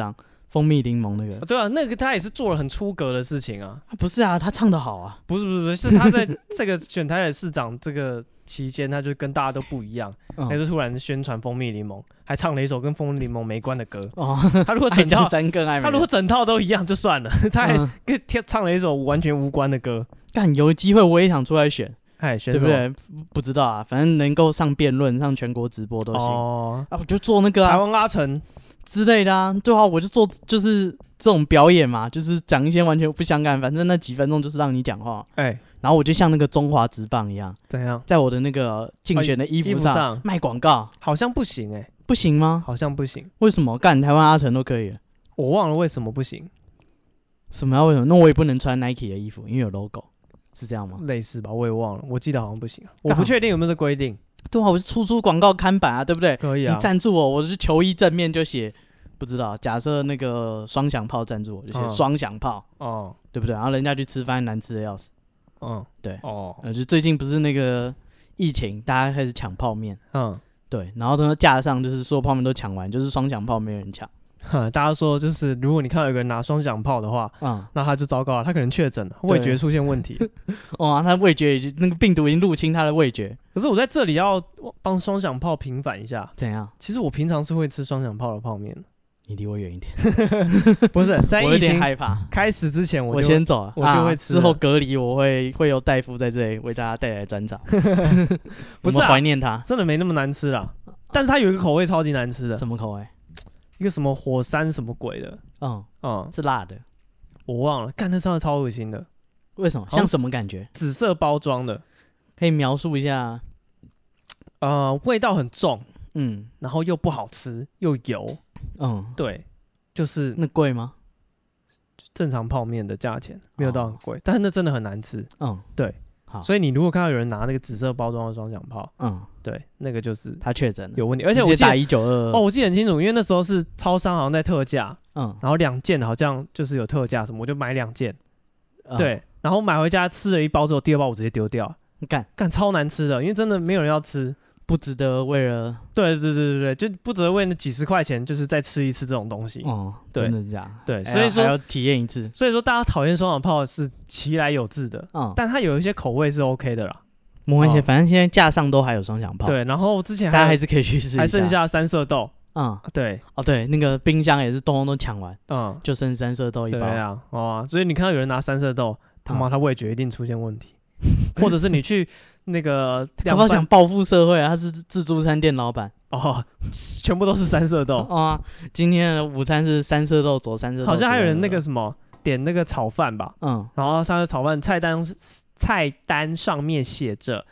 蜂蜜柠檬那个。 对啊，那个他也是做了很出格的事情啊。 不是啊，他唱得好啊。 不是，是他在这个选台北市长这个期间，他就跟大家都不一样，他就突然宣传蜂蜜柠檬，还唱了一首跟蜂蜜柠檬没关的歌。他如果整套他如果整套都一样就算了，他还唱了一首完全无关的歌。 干，有机会我也想出来选， 选对不对？不知道啊，反正能够上辩论、上全国直播都行。我就做那个台湾阿成之类的啊，对啊，我就做就是这种表演嘛，就是讲一些完全不相干，反正那几分钟就是让你讲话。然后我就像那个中华职棒一样， 怎样， 在我的那个竞选的衣服上卖广告， 好像不行不行吗？ 好像不行， 为什么？干，台湾阿成都可以了， 我忘了为什么不行。 什么？为什么？那我也不能穿 Nike 的衣服，因为有 logo， 是这样吗？ 类似吧，我也忘了，我记得好像不行，我不确定有没有这规定。 对啊，我是出广告看板啊，对不对？ 可以啊， 你赞助我，我是球衣正面就写，不知道，假设那个双响炮赞助我，就写双响炮，对不对？然后人家去吃饭难吃的要死，对，就最近不是那个疫情，大家开始抢泡面，对，然后都架上就是所有泡面都抢完，就是双响炮没人抢。 大家说就是如果你看到有个人拿双响炮的话，那他就糟糕了，他可能确诊了，味觉出现问题。 他味觉已经那个病毒已经入侵他的味觉。 可是我在这里要帮双响炮平反一下。 怎样？ 其实我平常是会吃双响炮的泡面。 你离我远一点。 不是，在我有点害怕。 开始之前我先走了， 我就会吃。 之后隔离我会由戴夫在这里为大家带来专场。不是怀念他， 真的没那么难吃啦。但是它有一个口味超级难吃的。 什么口味？ 一个什么火山什么鬼的， 是辣的， 我忘了，干，那真的超恶心的。 为什么？像什么感觉？ 紫色包装的， 可以描述一下？ 味道很重，然后又不好吃，又油，对，就是那贵吗？ 正常泡面的价钱，没有到很贵，但是那真的很难吃，对。所以你如果看到有人拿那个紫色包装的双响炮，对，那个就是他确诊有问题，而且我记得打192 我记得很清楚，因为那时候是超商好像在特价，然后2件好像就是有特价什么，我就买2件，对，然后买回家吃了1包之后，第2包我直接丢掉，干超难吃的，因为真的没有人要吃。 不值得为了对，就不值得为那几十块钱，就是再吃一次这种东西。 对，真的是这样。 对，所以说还要体验一次。 所以说大家讨厌双响炮是其来有自的，但它有一些口味是 OK 的啦。 没关系，反正现在架上都还有双响炮。 对，然后之前大家还是可以去试一下。 还剩下3色豆。对。 对，那个冰箱也是都抢完，就剩3色豆1包。 对啊，所以你看到有人拿3色豆，他味觉一定出现问题，或者是你去。那个他不想报复社会啊！他是自助餐店老板全部都是3色豆今天的午餐是3色豆佐3色豆， 好像还有人那个什么点那个炒饭吧，然后他的炒饭菜单上面写着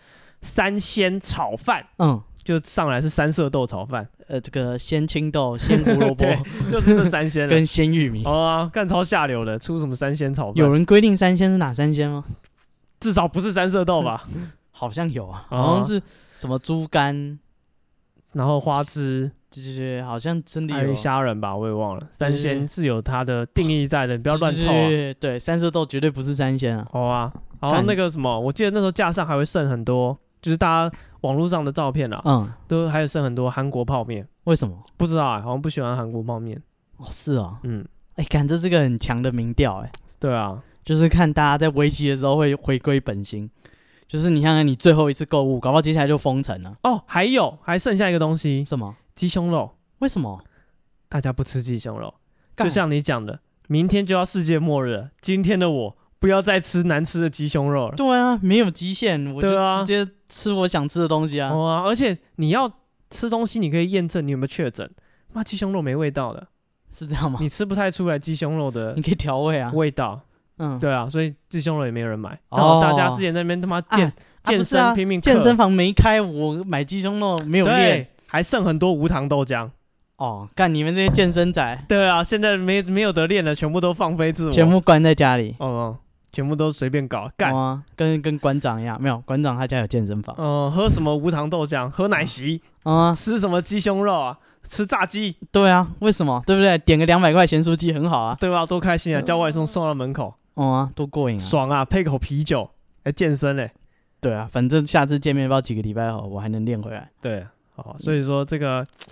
3鲜炒饭，就上来是3色豆炒饭， 这个鲜青豆、鲜胡萝卜， 就是这3鲜跟鲜玉米干超下流的，出什么3鲜炒饭？ 有人规定3鲜是哪3鲜吗？ 至少不是3色豆吧？ 好像有啊，好像是什么猪肝， 然后花枝， 对，好像真的有。 还有虾仁吧，我也忘了。3鲜是有它的定义在的，你不要乱凑啊。 对，3色豆绝对不是3鲜啊。 好啊，然后那个什么，我记得那时候架上还会剩很多，就是大家网络上的照片啦，都还有剩很多韩国泡面。 为什么？ 不知道好像不喜欢韩国泡面。 是啊，看这是个很强的民调对啊， 就是看大家在危机的时候会回归本心。就是你看看你最后一次购物，搞不好接下来就封城了。 还剩下一个东西， 什么？ 鸡胸肉。 为什么？ 大家不吃鸡胸肉？就像你讲的，明天就要世界末日了，今天的我不要再吃难吃的鸡胸肉了。 对啊，没有极限，我就直接吃我想吃的东西啊。 而且你要吃东西，你可以验证你有没有确诊。鸡胸肉没味道的， 是这样吗？ 你吃不太出来鸡胸肉的， 你可以调味啊， 味道。对啊，所以鸡胸肉也没有人买，然后大家之前在那边他妈健身拼命， 健身房没开，我买鸡胸肉没有练， 还剩很多无糖豆浆。 干你们这些健身仔！ 对啊，现在没有得练了，全部都放飞自我， 全部关在家里。 全部都随便搞干。 跟馆长一样，没有馆长他家有健身房。 喝什么无糖豆浆，喝奶昔吃什么鸡胸肉啊，吃炸鸡。 对啊，为什么？对不对？点个200块咸酥鸡很好啊， 对吧？多开心啊！叫外送送到门口。 多过瘾啊！ 爽啊！配口啤酒，还健身嘞。 对啊，反正下次见面不知道几个礼拜后，我还能练回来。 对，所以说这个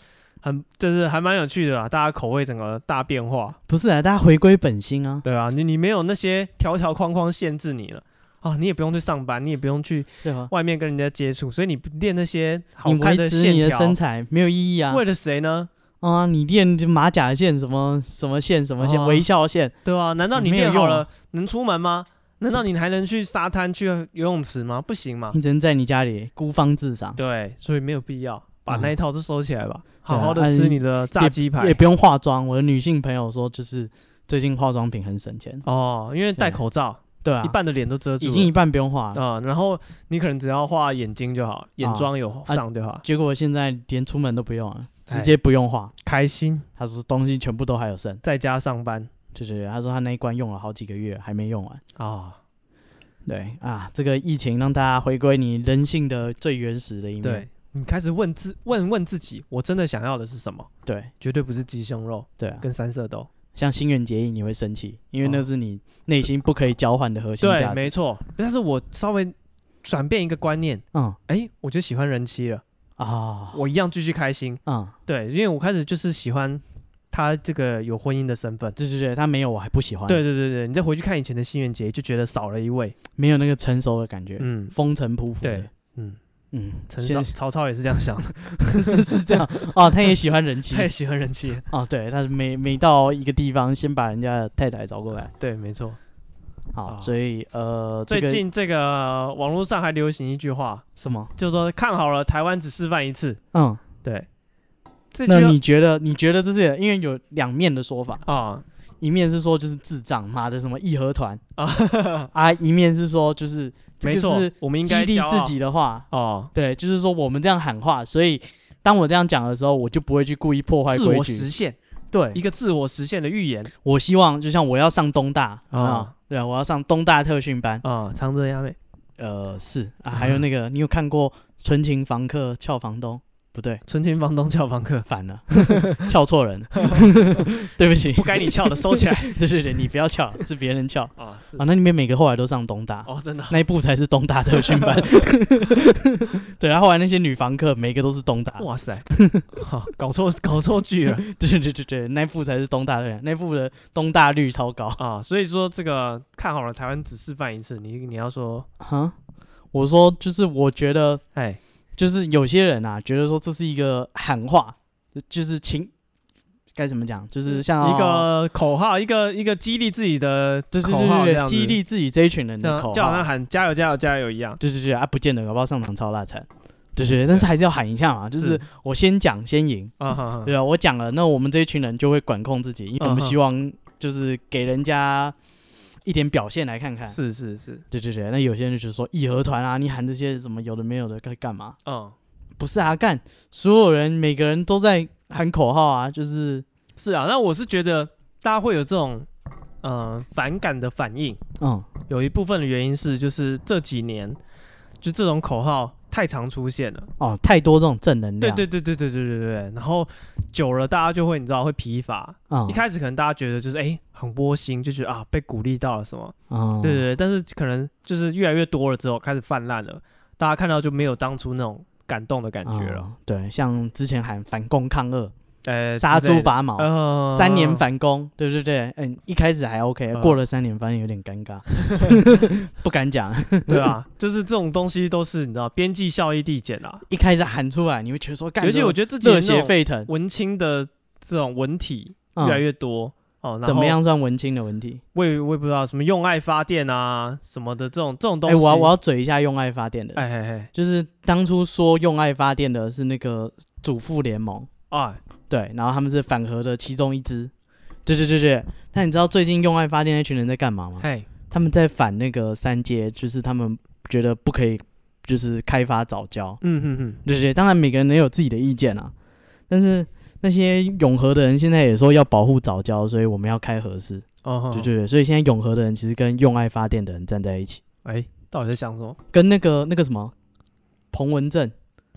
就是还蛮有趣的啦，大家口味整个大变化。 不是啊，大家回归本心啊。 对啊，你没有那些条条框框限制你了啊，你也不用去上班，你也不用去外面跟人家接触，所以你练那些好看的线条， 你维持你的身材没有意义啊。 为了谁呢？ 你练马甲线什么线什么线，微笑线， 对啊，难道你练好了能出门吗？难道你还能去沙滩去游泳池吗？不行嘛， 你只能在你家里孤芳自赏。 对，所以没有必要把那一套都收起来吧，好好的吃你的炸鸡排， 也不用化妆。我的女性朋友说，就是最近化妆品很省钱哦，因为戴口罩。 对啊， 一半的脸都遮住了， 已经一半不用画了然后你可能只要画眼睛就好，眼妆有上就好。 结果现在连出门都不用了，直接不用画， 开心。 他说东西全部都还有剩， 在家上班。 对，他说他那一关用了好几个月还没用完对啊，这个疫情让大家回归你人性的最原始的一面。 对，你开始问自己，我真的想要的是什么？ 对， 绝对不是鸡胸肉， 对啊， 跟三色豆。 像新垣结衣你会生气，因为那是你内心不可以交换的核心价值。 对，没错。但是我稍微转变一个观念，我就喜欢人妻了我一样继续开心。对，因为我开始就是喜欢他这个有婚姻的身份。 对，他没有我还不喜欢。 对，你再回去看以前的新垣结衣，就觉得少了一位， 没有那个成熟的感觉。风尘仆仆的。 对，曹操也是这样想的， 是这样他也喜欢人妻， 他也喜欢人妻对，他每到一个地方，先把人家的太太找过来。 对，没错。 好，所以最近这个网络上还流行一句话， 什么？ 就是说看好了，台湾只示范一次。对。 那你觉得这是因为有两面的说法一面是说就是智障，妈的什么义和团一面是说就是没错，我们应该激励自己的话对，就是说我们这样喊话，所以当我这样讲的时候，我就不会去故意破坏规矩， 自我实现， 对， 一个自我实现的预言。 我希望就像我要上东大对，我要上东大特训班长泽雅美是还有那个你有看过纯情房客俏房东？不对， 纯情房东俏房客反了，撬错人，对不起， 不该你撬的收起来。 对，你不要撬，是别人撬那里面每个后来都上东大真的， 那一部才是东大特训班。对，然后后来那些女房客每个都是东大， 哇塞，搞错剧了。 对，那一部才是东大的，那一部的东大率超高所以说这个看好了，台湾只示范一次，你要说我说就是我觉得就是有些人觉得说这是一个喊话，就是该怎么讲，就是像一个口号，一个激励自己的口号， 对，激励自己这一群人的口号， 就好像喊加油加油加油一样。 对，不见得搞不好上场超辣惨。对，但是还是要喊一下嘛，就是我先讲先赢对啊，我讲了，那我们这一群人就会管控自己，因为我们希望就是给人家一点表现来看看。 是， 对，那有些人就说义和团你喊这些什么有的没有的该干嘛？不是干，所有人每个人都在喊口号就是那我是觉得大家会有这种反感的反应，有一部分的原因是就是这几年就这种口号太常出现了太多这种正能量。 对，然后久了大家就会你知道会疲乏一开始可能大家觉得就是很窝心，就觉得被鼓励到了什么对，但是可能就是越来越多了之后开始泛滥了，大家看到就没有当初那种感动的感觉了对，像之前喊反共抗俄杀猪拔毛3年反攻，对，一开始还 OK 过了3年发现有点尴尬不敢讲对就是这种东西都是你知道边际效益递减一开始喊出来你会觉得说尤其我觉得自己热血沸腾文青的这种文体越来越多怎么样算文青的文体？ 我也不知道什么用爱发电什么的这种东西我要嘴一下用爱发电的就是当初说用爱发电的是那个主妇联盟对，然后他们是反核的其中一支。对。那你知道最近用爱发电那群人在干嘛吗？他们在反那个3阶，就是他们觉得不可以，就是开发早教。对。当然每个人也有自己的意见但是那些永和的人现在也说要保护早教，所以我们要开核四。对。所以现在永和的人其实跟用爱发电的人站在一起。 到底在想什么？ 跟那个什么彭文正。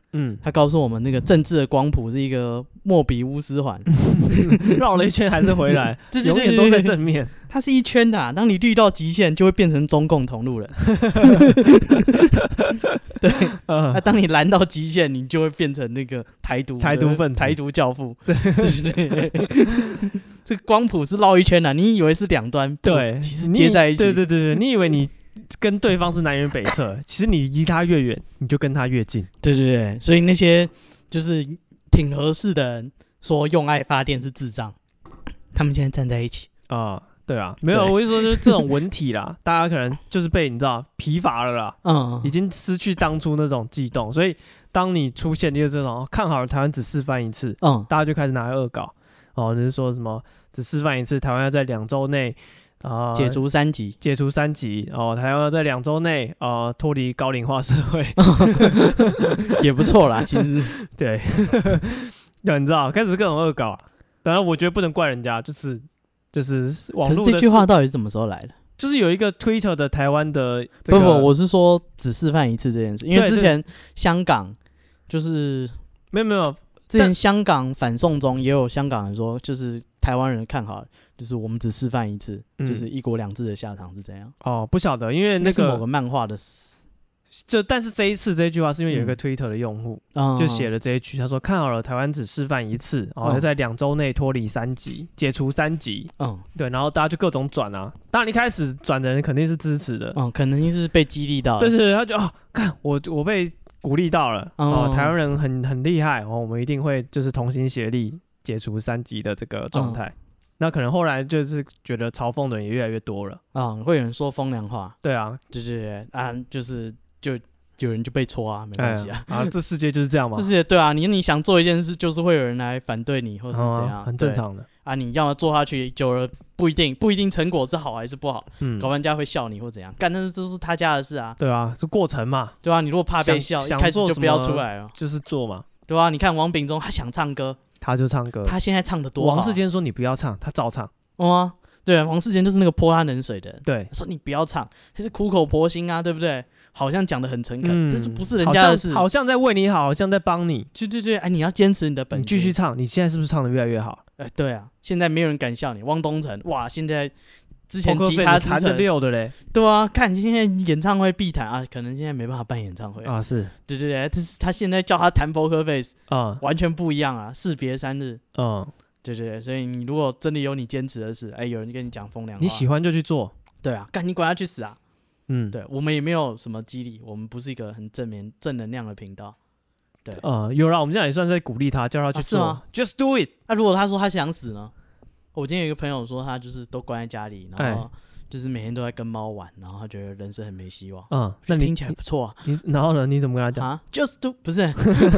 他告诉我们那个政治的光谱是一个莫比乌斯环， 绕了一圈还是回来，永远都在正面。 它是一圈的当你绿到极限，就会变成中共同路人。对，当你蓝到极限，你就会变成那个台独分子、台独教父。对，这个光谱是绕一圈你以为是两端，对，其实接在一起。 对，你以为你跟对方是南辕北辙，其实你离他越远，你就跟他越近。 对，所以那些就是挺合适的人说用爱发电是智障，他们现在站在一起啊。对啊，没有，我就说就是这种文体啦，大家可能就是被你知道疲乏了啦，已经失去当初那种悸动，所以当你出现就是这种看好了台湾只示范一次，大家就开始拿来恶搞，就是说什么只示范一次，台湾要在2周内解除3级， 台湾要在2周内脱离高龄化社会， 也不错啦，其实对，你知道开始各种恶搞，当然我觉得不能怪人家，就是网络的。 可是这句话到底是什么时候来的？ 就是有一个 Twitter 的台湾的、 不，我是说只示范一次这件事，因为之前香港就是没有， 之前香港反送中也有香港人说，就是台湾人看好，就是我们只示范一次，就是1国2制的下场是怎样？ 不晓得，因为那是某个漫画的。 但是这一次这句话是因为有一个 Twitter 的用户就写了这一句，他说看好了台湾只示范一次，要在2周内脱离3级，解除3级，对，然后大家就各种转啊，当然一开始转的人肯定是支持的， 肯定是被激励到的， 对，他就看我被鼓励到了，台湾人很厉害，我们一定会就是同心协力解除3级的这个状态。那可能后来就是觉得嘲讽的人也越来越多了， 会有人说风凉话， 对啊， 就是就有人就被戳没关系这世界就是这样嘛。 这世界对啊，你想做一件事，就是会有人来反对你，或者是怎样， 很正常的你要做下去，久了不一定成果是好还是不好，搞完家会笑你或怎样，但是这是他家的事啊。 对啊，是过程嘛。 对啊，你如果怕被笑，一开始就不要出来了， 就是做嘛。 对啊，你看王炳忠，他想唱歌， 他就唱歌， 他现在唱得多好。 王世坚说你不要唱，他照唱。 对啊，王世坚就是那个泼他冷水的人， 对， 说你不要唱，他是苦口婆心对不对？好像讲得很诚恳，这是不是人家的事？ 好像在为你好，好像在帮你。 对，你要坚持你的本事， 你继续唱。你现在是不是唱得越来越好？ 对啊，现在没有人敢笑你。汪东城，哇，现在之前吉他弹得溜的嘞。 对啊，看现在演唱会必弹可能现在没办法办演唱会是。 对，这是他现在叫他弹 Poker Face 完全不一样士别3日。对，所以你如果真的有你坚持的事，有人跟你讲风凉话， 你喜欢就去做。 对啊，干你管他去死啊！对，我们也没有什么激励，我们不是一个很正能量的频道。对， 有啦，我们这样也算是在鼓励他，叫他去做。 是吗 ？Just do it。 如果他说他想死呢？我今天有一个朋友说，他就是都关在家里，然后就是每天都在跟猫玩，然后他觉得人生很没希望。那听起来不错然后呢？你怎么跟他讲 ？Just do 不是，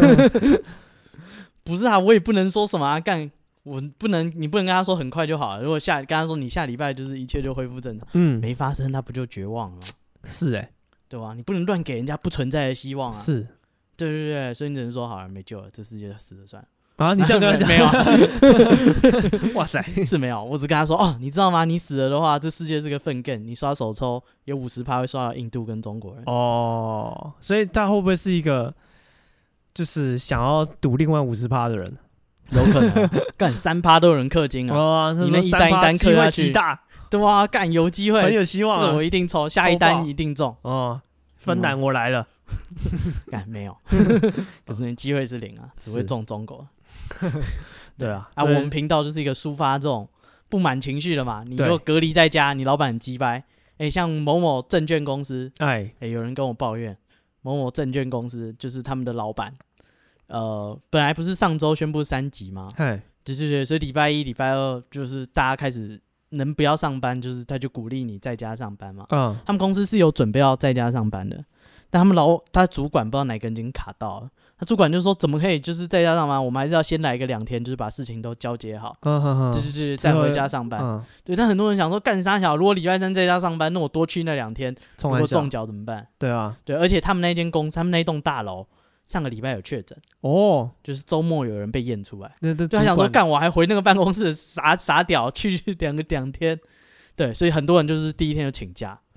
不是我也不能说什么干。你不能跟他说很快就好了。如果跟他说你下礼拜就是一切就恢复正常，没发生，他不就绝望了？ 是对吧？你不能乱给人家不存在的希望是， 对，所以你只能说好了，没救了，这世界死了算了。 你这样跟他讲没有哇塞， 是没有，我只跟他说你知道吗？你死了的话，这世界是个粪便，你刷手抽有50%会刷到印度跟中国人。 所以他会不会是一个就是想要赌另外50%的人？ 有可能干3%都有人氪金你那一单一单氪下去，对吧？干有机会， 很有希望这我一定抽，下一单一定中芬兰我来了， 干没有，可是你机会是0只会中中国。 对啊， 我们频道就是一个抒发这种不满情绪的嘛。你如果隔离在家，你老板很鸡掰，像某某证券公司，有人跟我抱怨，某某证券公司就是他们的老板。本来不是上周宣布3级吗？对，所以礼拜1、礼拜2就是大家开始能不要上班，就是他就鼓励你在家上班嘛。他们公司是有准备要在家上班的，但他主管不知道哪根筋卡到了，他主管就说怎么可以就是在家上班？我们还是要先来个2天，就是把事情都交接好，对，再回家上班。对，但很多人想说干啥小？如果礼拜3在家上班，那我多去那2天，如果中奖怎么办？ 对啊， 对，而且他们那间公司，他们那栋大楼。上个礼拜有确诊就是周末有人被验出来，对，他想说干我还回那个办公室傻屌去2天，对，所以很多人就是第一天就请假，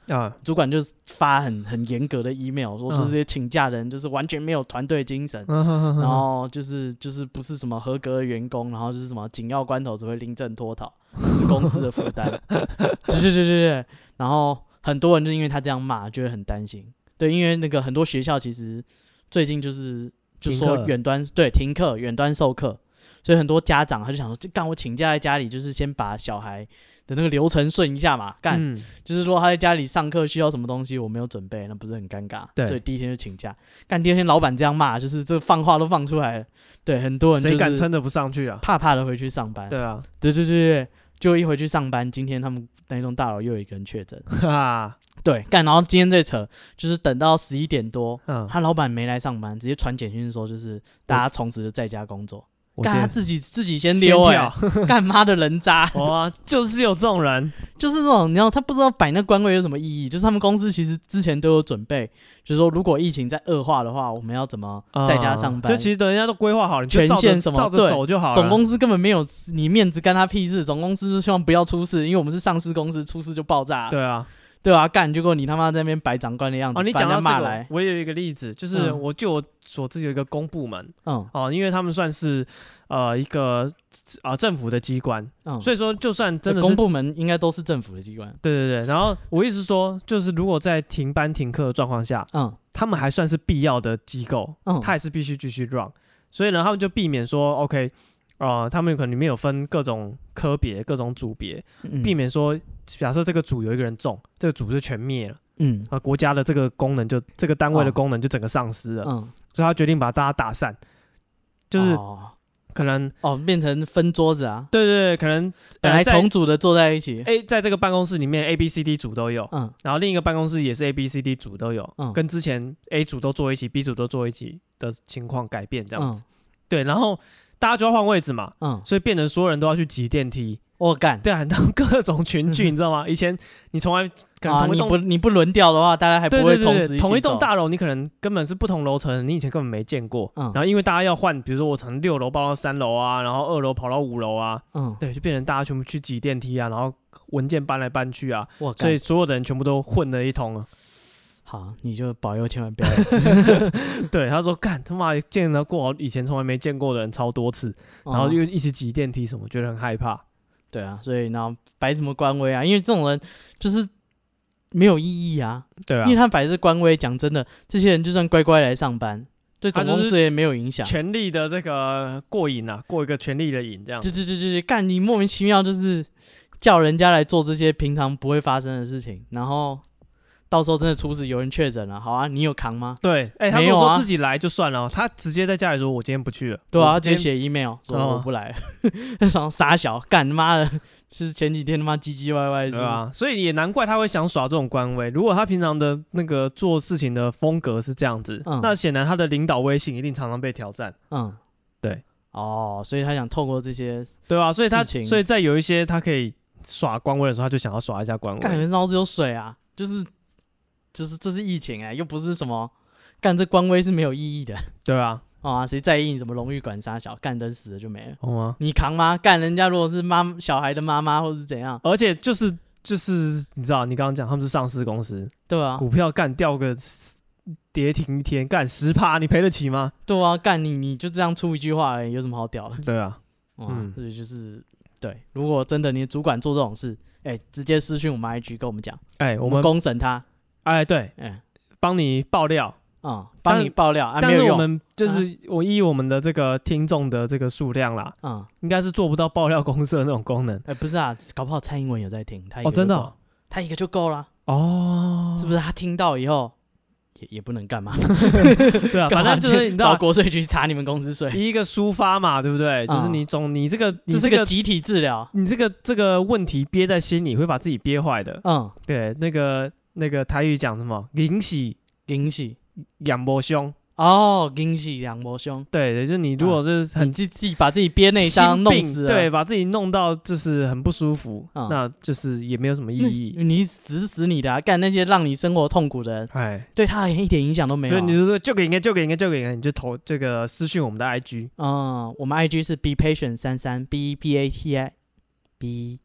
主管就发很严格的 email 说，就是这些请假的人就是完全没有团队精神，然后就是不是什么合格的员工，然后就是什么紧要关头只会临阵脱逃，是公司的负担。对，然后很多人就因为他这样骂，觉得很担心。对，因为那个很多学校其实最近就说远端停课、远端授课，所以很多家长他就想说，干我请假在家里，就是先把小孩的那个流程顺一下嘛，就是说他在家里上课需要什么东西我没有准备，那不是很尴尬？对，所以第一天就请假。干第二天老板这样骂，就是这放话都放出来了，对，很多人就是谁敢撑得不上去啊？ 怕的回去上班。对啊，对，就一回去上班，今天他们那栋大楼又有一个人确诊。对，然后今天这扯就是等到11点多，他老板没来上班，直接传简讯说就是大家从此就在家工作。干他自己先溜干妈的人渣！ 哇，就是有这种人， 就是这种，你知道他不知道摆那官位有什么意义，就是他们公司其实之前都有准备，就是说如果疫情再恶化的话，我们要怎么在家上班？ 就其实等人家都规划好了， 权限什么照着走就好了。 总公司根本没有你面子干他屁事，总公司是希望不要出事，因为我们是上市公司，出事就爆炸。对啊，干！结果你他妈在那边摆长官的样子， 你讲到这个，我也有一个例子，就是我所自己有一个公部门，因为他们算是一个政府的机关，所以说就算真的是公部门，应该都是政府的机关。 对，然后我意思说，就是如果在停班停课的状况下，他们还算是必要的机构，他还是必须继续 run， 所以呢，他们就避免说 OK。他们可能里面有分各种科别、各种组别，避免说，假设这个组有一个人中，这个组就全灭了，国家的这个功能这个单位的功能就整个丧失了，所以他决定把大家打散，就是可能变成分桌子啊， 对，可能本来同组的坐在一起， 在这个办公室里面 A、B、C、D 组都有，然后另一个办公室也是 A、B、C、D 组都有，跟之前 A 组都坐一起 ，B 组都坐一起的情况改变这样子，对，然后。大家就要换位置嘛，所以变成所有人都要去挤电梯。 我干， 对啊，当各种群聚，你知道吗？以前你从来可能同一栋， 你不轮调的话，大家还不会同时一起走。 同一栋大楼，你可能根本是不同楼层，你以前根本没见过。然后因为大家要换，比如说我从6楼报到3楼啊，然后2楼跑到5楼啊，对，就变成大家全部去挤电梯啊，然后文件搬来搬去啊，所以所有的人全部都混了一通了。 好，你就保佑千万不要死。 对，他说干他妈见到过以前从来没见过的人超多次，然后又一直挤电梯什么，觉得很害怕。 对啊，所以然后摆什么官威啊？因为这种人就是没有意义啊。对啊，因为他摆这官威，讲真的，这些人就算乖乖来上班，对总公司也没有影响。 权力的这个过瘾啊，过一个权力的瘾这样。 对，干你莫名其妙就是叫人家来做这些平常不会发生的事情，然后。到时候真的出事，有人确诊了，好啊，你有扛吗？ 对，他如果说自己来就算了，他直接在家里说：“我今天不去了。” 对啊，直接写 email 说我不来了。那种傻小，干他妈的，就是前几天他妈唧唧歪歪， 对啊，所以也难怪他会想耍这种官威。如果他平常的那个做事情的风格是这样子，那显然他的领导威信一定常常被挑战。对， 所以他想透过这些， 对啊，所以在有一些他可以耍官威的时候，他就想要耍一下官威。 干，人脑子有水啊，就是这是疫情又不是什么干这官威是没有意义的， 对啊， 谁在意你什么荣誉馆杀小，干人死了就没了，你扛吗？干人家如果是小孩的妈妈或者是怎样， 而且就是你知道，你刚刚讲他们是上市公司， 对啊， 股票干掉个跌停一天干10%，你赔得起吗？ 对啊，干你就这样出一句话而已，有什么好屌的？ 对啊， 所以就是对，如果真的你的主管做这种事，直接私讯我们 IG 跟我们讲， 我们公审他。 对，帮你爆料， 帮你爆料， 但是我们就是我们的这个听众的这个数量啦，应该是做不到爆料公社那种功能。 不是啊，搞不好蔡英文有在听，他真的， 他一个就够了，是不是？他听到以后也不能干嘛， 对啊，反正就是你知道， 找国税局查你们公司税， 一个抒发嘛，对不对？就是你这个集体治疗， 你这个问题憋在心里，会把自己憋坏的。对，那个台语讲什么？迎喜养不凶迎喜养不凶。 对，就是你如果是很自己把自己憋内伤弄死了， 对，把自己弄到就是很不舒服，那就是也没有什么意义。 你死你的啊！干那些让你生活痛苦的人，对他一点影响都没有。 所以你就说就给你就投这个私讯我们的 IG。 我们 IG 是 bepatient33 BEPATI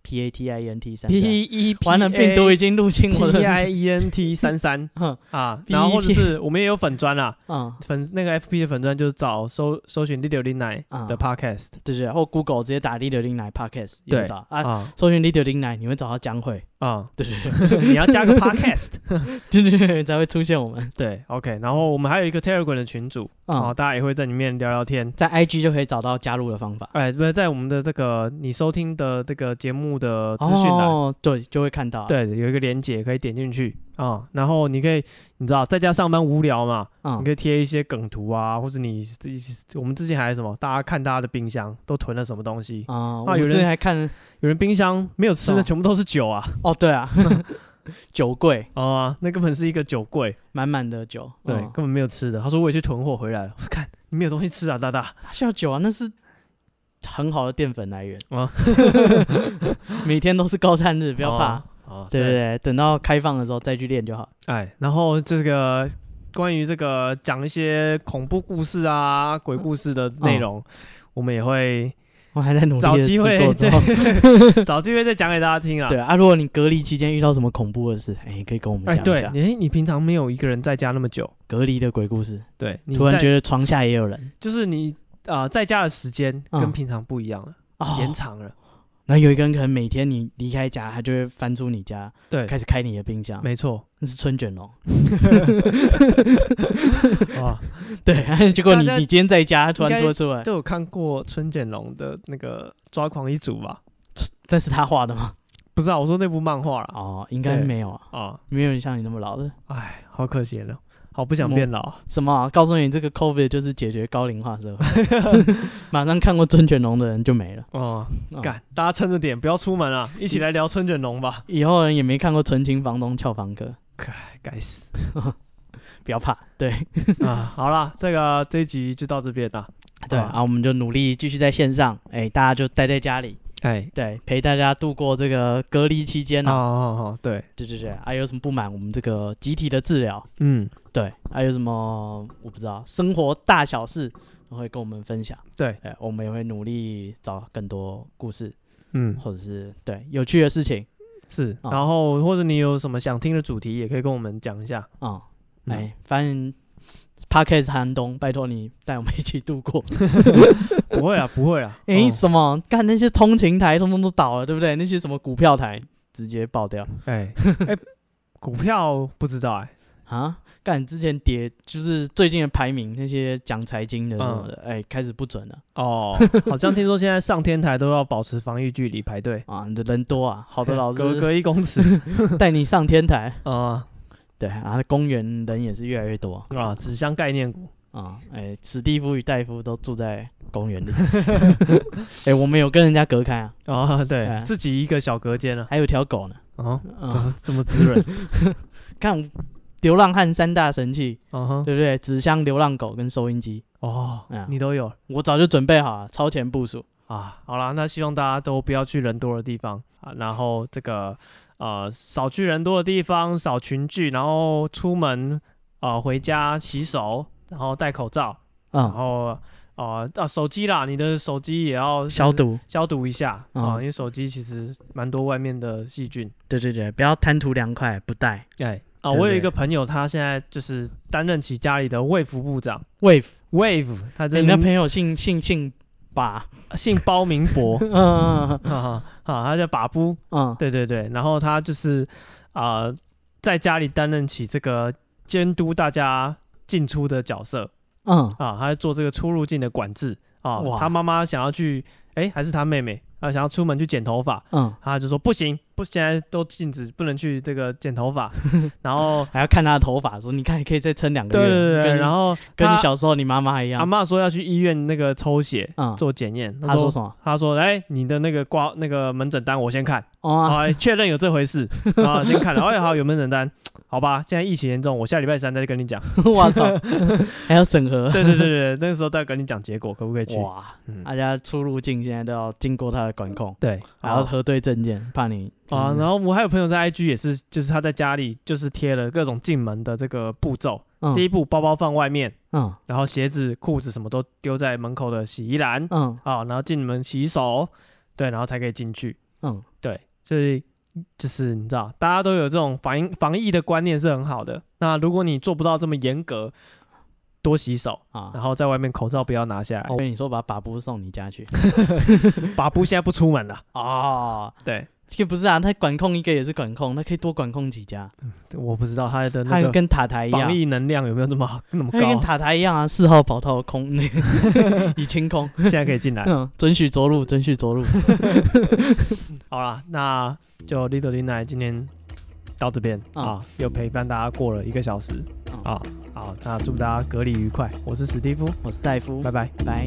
PATIENT33，完了，病毒已经入侵我的 PIENT33 啊，然后或者是我们也有粉专啦，那个 FB 的粉专就是找搜寻1609的 Podcast， 对，或 Google 直接打1609 Podcast， 对搜寻1609你会找到江蕙对， 你要加个 Podcast， 对，才会出现我们。 对 ，OK， 然后我们还有一个 Telegram 的群组，大家也会在里面聊聊天， 在 IG 就可以找到加入的方法。 不是在我们的这个你收听的这个节目的资讯栏， 对，就会看到， 对，有一个连结可以点进去然后你知道在家上班无聊嘛，你可以贴一些梗图啊，或者我们之前还有什么，大家看大家的冰箱都囤了什么东西有人还看有人冰箱没有吃的全部都是酒啊， 对啊。酒柜那根本是一个酒柜， 满满的酒， 对，根本没有吃的。他说我也去囤货回来了，我说看你没有东西吃啊，大大。 需要酒啊，那是很好的淀粉来源每天都是高碳日，不要怕。对，等到开放的时候再去练就好。 然后这个关于这个讲一些恐怖故事啊、鬼故事的内容，我们也会。 我还在努力找机会，找机会再讲给大家听啊。 对啊，如果你隔离期间遇到什么恐怖的事，可以跟我们讲一下。 对，你平常没有一个人在家那么久， 隔离的鬼故事， 对， 你突然觉得床下也有人， 就是你在家的时间跟平常不一样了，延长了。 然后有一个人可能每天你离开家，他就会翻出你家， 对， 开始开你的冰箱。 没错， 那是春卷龙。对，结果你今天在家，突然说出来， 都有看过春卷龙的那个抓狂一族吧？ 但是他画的吗？ 不知道，我说那部漫画啦。 应该没有没有像你那么老的。 好可惜了。好不想变老。 什么告诉你这个 COVID 就是解决高龄化社会马上看过春卷龙的人就没了。 大家撑着点，不要出门啊，一起来聊春卷龙吧。 以后人也没看过纯情房东俏房客， 该死不要怕。对好啦，这一集就到这边啦。 对我们就努力继续在线上，大家就待在家里，对，陪大家度过这个隔离期间对，有什么不满，我们这个集体的治疗，对，还有什么我不知道，生活大小事都会跟我们分享，对，我们也会努力找更多故事，或者是对有趣的事情，是，然后或者你有什么想听的主题，也可以跟我们讲一下，反正 Podcast 寒冬，拜托你带我们一起度过。不会啦。什么？干那些通勤台通通都倒了，对不对？那些什么股票台直接爆掉。股票不知道干之前跌，就是最近的排名，那些讲财经的什么的，开始不准了。好像听说现在上天台都要保持防疫距离排队你的人多啊，好多老师隔1公尺带你上天台对公园人也是越来越多纸箱概念股史蒂夫与戴夫都住在公园里我们有跟人家隔开对，自己一个小隔间还有条狗呢怎么这么滋润看流浪汉3大神器对不对？纸箱、流浪狗跟收音机你都有，我早就准备好了，超前部署好啦，那希望大家都不要去人多的地方然后这个少去人多的地方，少群聚，然后出门回家洗手，然后戴口罩，然后手机啦，你的手机也要消毒一下因为手机其实蛮多外面的细菌。对，不要贪图凉快不带。我有一个朋友，他现在就是担任起家里的卫福部长。Wave， 他你那朋友姓包明博，他叫把布，对，然后他就是在家里担任起这个监督大家进出的角色，他在做这个出入境的管制他妈妈想要去，还是他妹妹想要出门去剪头发，他就说不行，现在都禁止，不能去这个剪头发，然后还要看他的头发，说你看你可以再撑2个月，对，然后跟你小时候你妈妈一样，阿嬷说要去医院那个抽血，做检验，他说什么？他说你的那个那个门诊单我先看，确认有这回事，先看了，好有门诊单，好吧，现在疫情严重，我下礼拜3再跟你讲，我操，还要审核，对，那个时候再跟你讲结果可不可以去，大家出入境现在都要经过他的管控，对，还要核对证件，怕你然后我还有朋友在 IG 也是，就是他在家里就是贴了各种进门的这个步骤，第一步包包放外面，然后鞋子裤子什么都丢在门口的洗衣篮，然后进门洗手，对，然后才可以进去，对， 所以就是你知道，大家都有这种防疫的观念是很好的。那如果你做不到这么严格，多洗手啊，然后在外面口罩不要拿下来。 我跟你说，把把布送你家去。 把布现在不出门了啊？对。 这个不是啊，他管控一个也是管控，他可以多管控几家。 我不知道他的那个跟塔台一样， 防疫能量有没有那么高？ 跟塔台一样啊，4号跑道空那个已清空， 现在可以进来。 准许着陆，准许着陆。 好啦，那就Lido Linnai今天到这边啊，又陪伴大家过了1个小时啊。好，那祝大家隔离愉快。我是史蒂夫， 我是戴夫， 拜拜， 拜。